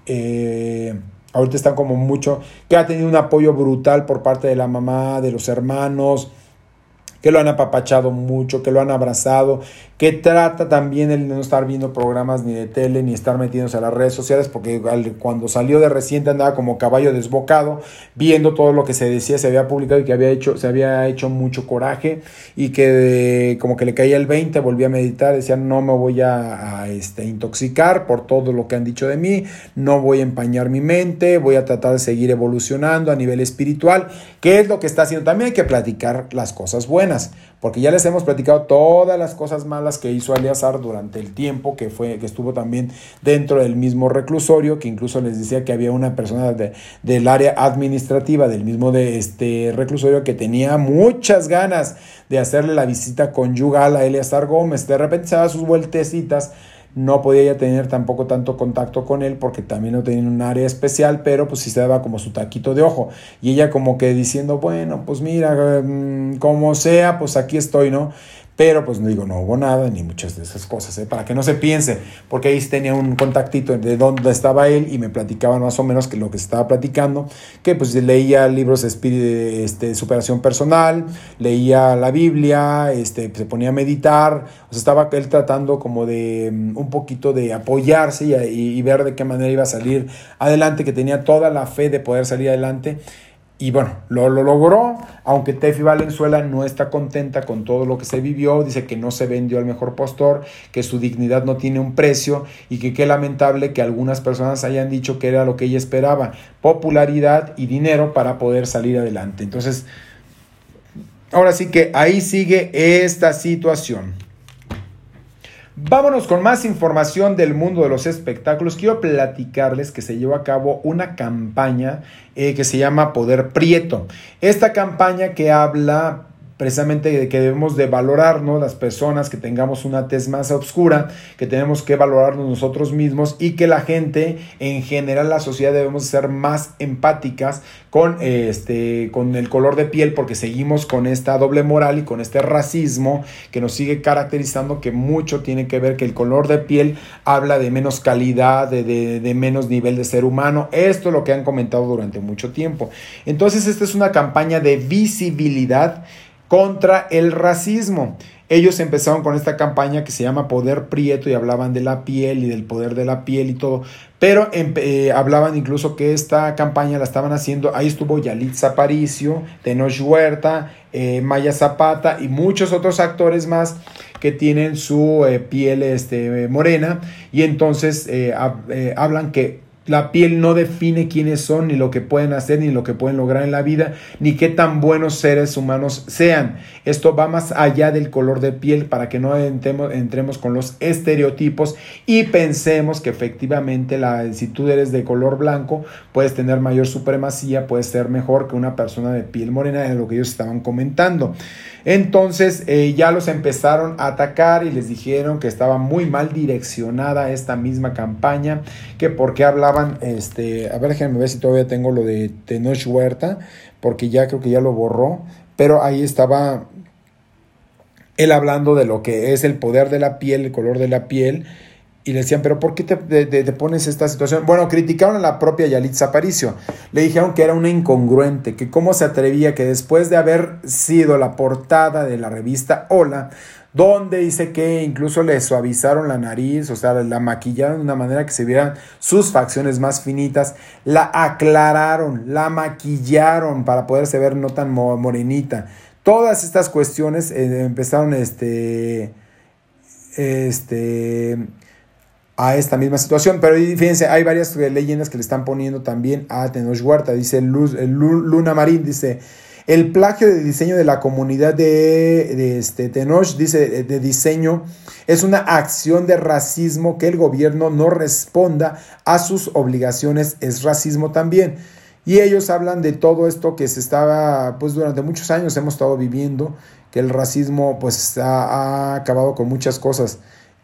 [SPEAKER 1] eh, ahorita están como mucho, que ha tenido un apoyo brutal por parte de la mamá, de los hermanos, que lo han apapachado mucho, que lo han abrazado, que trata también el de no estar viendo programas ni de tele, ni estar metiéndose a las redes sociales, porque cuando salió de reciente andaba como caballo desbocado, viendo todo lo que se decía, se había publicado, y que había hecho, se había hecho mucho coraje, y que de, como que le caía el veinte, volvía a meditar, decía, no me voy a, a este, intoxicar por todo lo que han dicho de mí, no voy a empañar mi mente, voy a tratar de seguir evolucionando a nivel espiritual, que es lo que está haciendo. También hay que platicar las cosas buenas, porque ya les hemos platicado todas las cosas malas que hizo Eleazar durante el tiempo que fue que estuvo también dentro del mismo reclusorio, que incluso les decía que había una persona de, del área administrativa del mismo de este reclusorio que tenía muchas ganas de hacerle la visita conyugal a Eleazar Gómez. De repente se daba sus vueltecitas. No podía ya tener tampoco tanto contacto con él, porque también no tenía un área especial, pero pues sí se daba como su taquito de ojo. Y ella como que diciendo, bueno, pues mira, mmm, como sea, pues aquí estoy, ¿no? Pero pues no digo, no hubo nada, ni muchas de esas cosas, ¿eh? Para que no se piense, porque ahí tenía un contactito de dónde estaba él, y me platicaban más o menos que lo que se estaba platicando, que pues leía libros de, espíritu, este, de superación personal, leía la Biblia, este, se ponía a meditar, o sea, estaba él tratando como de um, un poquito de apoyarse y, y, y ver de qué manera iba a salir adelante, que tenía toda la fe de poder salir adelante. Y bueno, lo, lo logró, aunque Tefi Valenzuela no está contenta con todo lo que se vivió, dice que no se vendió al mejor postor, que su dignidad no tiene un precio, y que qué lamentable que algunas personas hayan dicho que era lo que ella esperaba, popularidad y dinero para poder salir adelante. Entonces, ahora sí que ahí sigue esta situación. Vámonos con más información del mundo de los espectáculos. Quiero platicarles que se llevó a cabo una campaña eh, que se llama Poder Prieto. Esta campaña que habla precisamente de que debemos de valorarnos las personas que tengamos una tez más oscura, que tenemos que valorarnos nosotros mismos, y que la gente, en general la sociedad, debemos ser más empáticas con, este, con el color de piel, porque seguimos con esta doble moral y con este racismo que nos sigue caracterizando, que mucho tiene que ver que el color de piel habla de menos calidad, de, de, de menos nivel de ser humano. Esto es lo que han comentado durante mucho tiempo. Entonces, esta es una campaña de visibilidad contra el racismo. Ellos empezaron con esta campaña que se llama Poder Prieto, y hablaban de la piel y del poder de la piel y todo, pero eh, hablaban incluso que esta campaña la estaban haciendo, ahí estuvo Yalitza Aparicio, Tenoch Huerta, eh, Maya Zapata y muchos otros actores más que tienen su eh, piel este, morena, y entonces eh, hab, eh, hablan que La piel no define quiénes son, ni lo que pueden hacer, ni lo que pueden lograr en la vida, ni qué tan buenos seres humanos sean. Esto va más allá del color de piel, para que no entremos, entremos con los estereotipos y pensemos que efectivamente la, si tú eres de color blanco, puedes tener mayor supremacía, puedes ser mejor que una persona de piel morena, en lo que ellos estaban comentando. Entonces eh, ya los empezaron a atacar y les dijeron que estaba muy mal direccionada esta misma campaña, que porque hablaban, este, a ver, déjenme ver si todavía tengo lo de Tenoch Huerta, porque ya creo que ya lo borró, pero ahí estaba él hablando de lo que es el poder de la piel, el color de la piel, y le decían, pero ¿por qué te, te, te pones esta situación? Bueno, criticaron a la propia Yalitza Aparicio. Le dijeron que era una incongruente, que cómo se atrevía, que después de haber sido la portada de la revista Hola, donde dice que incluso le suavizaron la nariz, o sea, la maquillaron de una manera que se vieran sus facciones más finitas, la aclararon, la maquillaron para poderse ver no tan morenita. Todas estas cuestiones eh, empezaron este... este a esta misma situación, pero fíjense, hay varias leyendas que le están poniendo también a Tenoch Huerta. Dice Luz, Luna Marín, dice, el plagio de diseño de la comunidad de, de este, Tenoch, dice, de, de diseño, es una acción de racismo. Que el gobierno no responda a sus obligaciones es racismo también. Y ellos hablan de todo esto que se estaba, pues durante muchos años hemos estado viviendo, que el racismo pues ha, ha acabado con muchas cosas.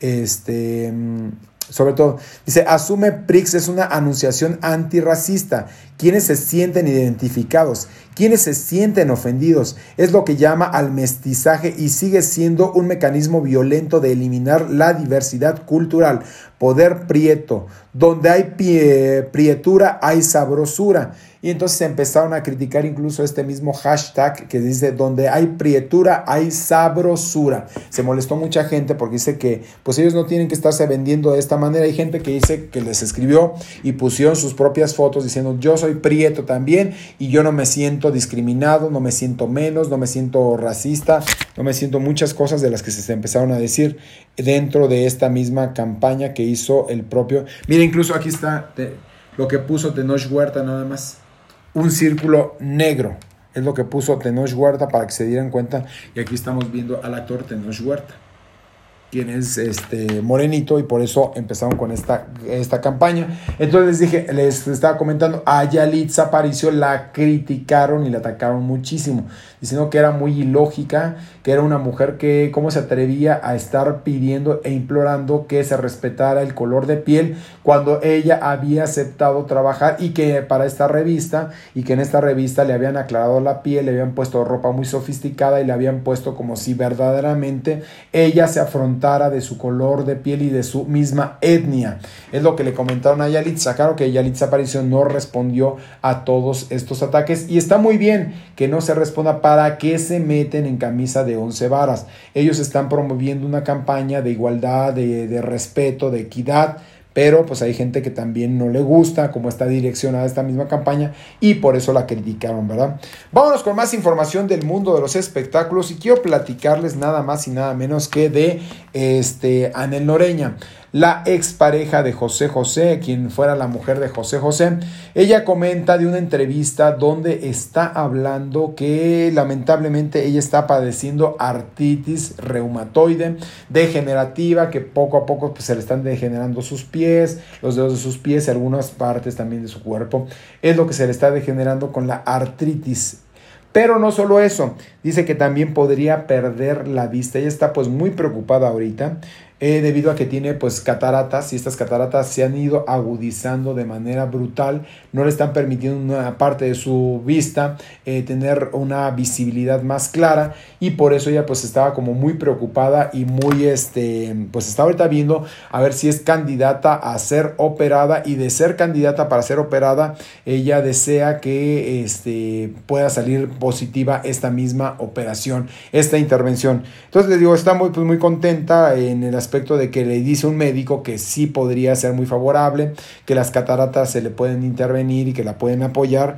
[SPEAKER 1] Este... Sobre todo, dice, asume P R I X es una anunciación antirracista. Quienes se sienten identificados, quienes se sienten ofendidos, es lo que llama al mestizaje y sigue siendo un mecanismo violento de eliminar la diversidad cultural. Poder prieto, donde hay pie, prietura hay sabrosura. Y entonces empezaron a criticar incluso este mismo hashtag que dice, donde hay prietura hay sabrosura. Se molestó mucha gente porque dice que pues ellos no tienen que estarse vendiendo de esta manera. Hay gente que dice que les escribió y pusieron sus propias fotos diciendo, yo soy prieto también y yo no me siento discriminado, no me siento menos, no me siento racista, no me siento muchas cosas de las que se empezaron a decir dentro de esta misma campaña que hizo el propio. Mira, incluso aquí está te, lo que puso Tenoch Huerta nada más. Un círculo negro es lo que puso Tenoch Huerta para que se dieran cuenta. Y aquí estamos viendo al actor Tenoch Huerta, quien es este morenito, y por eso empezaron con esta, esta campaña. Entonces les dije, les estaba comentando, a Yalitza Aparicio la criticaron y la atacaron muchísimo, diciendo que era muy ilógica, que era una mujer que cómo se atrevía a estar pidiendo e implorando que se respetara el color de piel cuando ella había aceptado trabajar y que para esta revista, y que en esta revista le habían aclarado la piel, le habían puesto ropa muy sofisticada y le habían puesto como si verdaderamente ella se afrontara de su color de piel y de su misma etnia. Es lo que le comentaron a Yalitza. Claro que Yalitza Aparicio no respondió a todos estos ataques, y está muy bien que no se responda. ¿Para qué se meten en camisa de once varas? Ellos están promoviendo una campaña de igualdad, de, de respeto, de equidad, pero pues hay gente que también no le gusta cómo está direccionada esta misma campaña y por eso la criticaron, ¿verdad? Vámonos con más información del mundo de los espectáculos y quiero platicarles nada más y nada menos que de este, Anel Noreña, la expareja de José José, quien fuera la mujer de José José. Ella comenta de una entrevista donde está hablando que lamentablemente ella está padeciendo artritis reumatoide degenerativa, que poco a poco pues, se le están degenerando sus pies, los dedos de sus pies y algunas partes también de su cuerpo. Es lo que se le está degenerando con la artritis. Pero no solo eso, dice que también podría perder la vista. Ella está pues muy preocupada ahorita eh, debido a que tiene pues cataratas, y estas cataratas se han ido agudizando de manera brutal, no le están permitiendo una parte de su vista eh, tener una visibilidad más clara, y por eso ella pues estaba como muy preocupada y muy este pues está ahorita viendo a ver si es candidata a ser operada, y de ser candidata para ser operada ella desea que este pueda salir positiva esta misma operación, esta intervención. Entonces les digo, está muy, pues, muy contenta en el aspecto de que le dice un médico que sí podría ser muy favorable, que las cataratas se le pueden intervenir y que la pueden apoyar,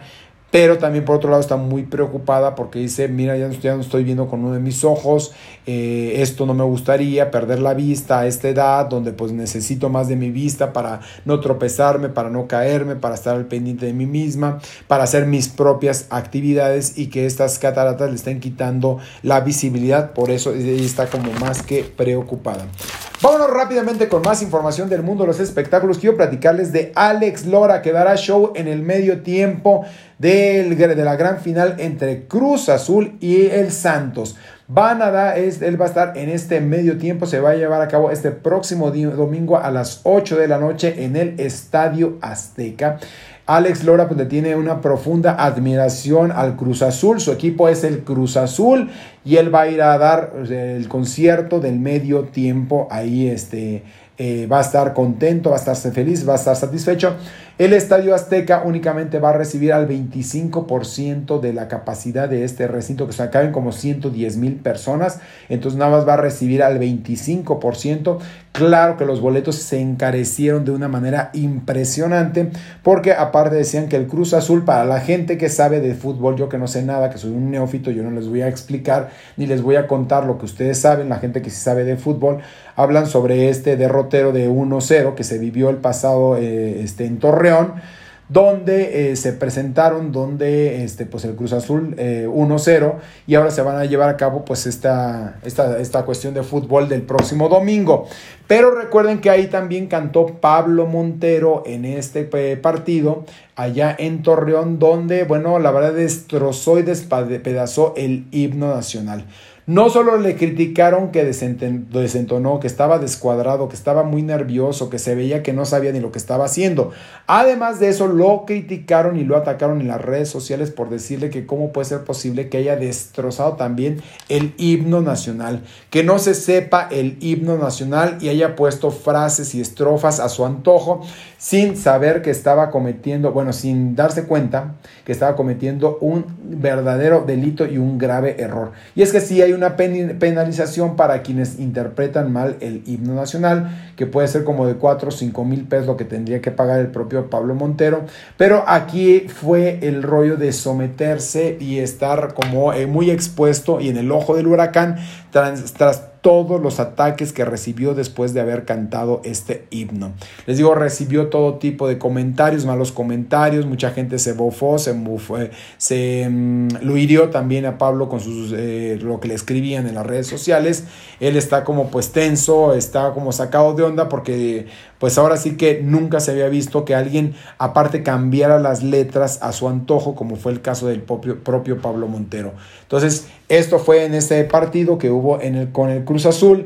[SPEAKER 1] pero también por otro lado está muy preocupada porque dice, mira, ya no, ya no estoy viendo con uno de mis ojos, eh, esto no me gustaría, perder la vista a esta edad, donde pues necesito más de mi vista para no tropezarme, para no caerme, para estar al pendiente de mí misma, para hacer mis propias actividades, y que estas cataratas le estén quitando la visibilidad, por eso ella está como más que preocupada. Vámonos rápidamente con más información del mundo de los espectáculos. Quiero platicarles de Alex Lora, que dará show en el medio tiempo del, de la gran final entre Cruz Azul y el Santos. Van a dar, es, él va a estar en este medio tiempo, se va a llevar a cabo este próximo domingo a las ocho de la noche en el Estadio Azteca. Alex Lora pues le tiene una profunda admiración al Cruz Azul, su equipo es el Cruz Azul y él va a ir a dar el concierto del medio tiempo ahí, este, eh, va a estar contento, va a estar feliz, va a estar satisfecho. El Estadio Azteca únicamente va a recibir al veinticinco por ciento de la capacidad de este recinto, que se caben como ciento diez mil personas, entonces nada más va a recibir al veinticinco por ciento. Claro que los boletos se encarecieron de una manera impresionante, porque aparte decían que el Cruz Azul, para la gente que sabe de fútbol, yo que no sé nada, que soy un neófito, yo no les voy a explicar ni les voy a contar lo que ustedes saben, la gente que sí sabe de fútbol, hablan sobre este derrotero de uno cero que se vivió el pasado eh, este, en Torreón, donde eh, se presentaron, donde este, pues el Cruz Azul eh, uno cero, y ahora se van a llevar a cabo pues esta, esta, esta cuestión de fútbol del próximo domingo. Pero recuerden que ahí también cantó Pablo Montero en este eh, partido allá en Torreón, donde, bueno, la verdad destrozó y despedazó el himno nacional. No solo le criticaron que desentonó, que estaba descuadrado, que estaba muy nervioso, que se veía que no sabía ni lo que estaba haciendo. Además de eso, lo criticaron y lo atacaron en las redes sociales por decirle que cómo puede ser posible que haya destrozado también el himno nacional, que no se sepa el himno nacional y haya puesto frases y estrofas a su antojo sin saber que estaba cometiendo, bueno, sin darse cuenta que estaba cometiendo un verdadero delito y un grave error. Y es que sí hay una penalización para quienes interpretan mal el himno nacional, que puede ser como de cuatro o cinco mil pesos lo que tendría que pagar el propio Pablo Montero, pero aquí fue el rollo de someterse y estar como eh, muy expuesto y en el ojo del huracán tras, tras todos los ataques que recibió después de haber cantado este himno. Les digo, recibió todo tipo de comentarios, malos comentarios, mucha gente se bofó, se, bufó, se um, lo hirió también a Pablo con sus, eh, lo que le escribían en las redes sociales. Él está como pues tenso, está como sacado de onda porque pues ahora sí que nunca se había visto que alguien aparte cambiara las letras a su antojo, como fue el caso del propio, propio Pablo Montero. Entonces, esto fue en este partido que hubo en el, con el Cruz Azul.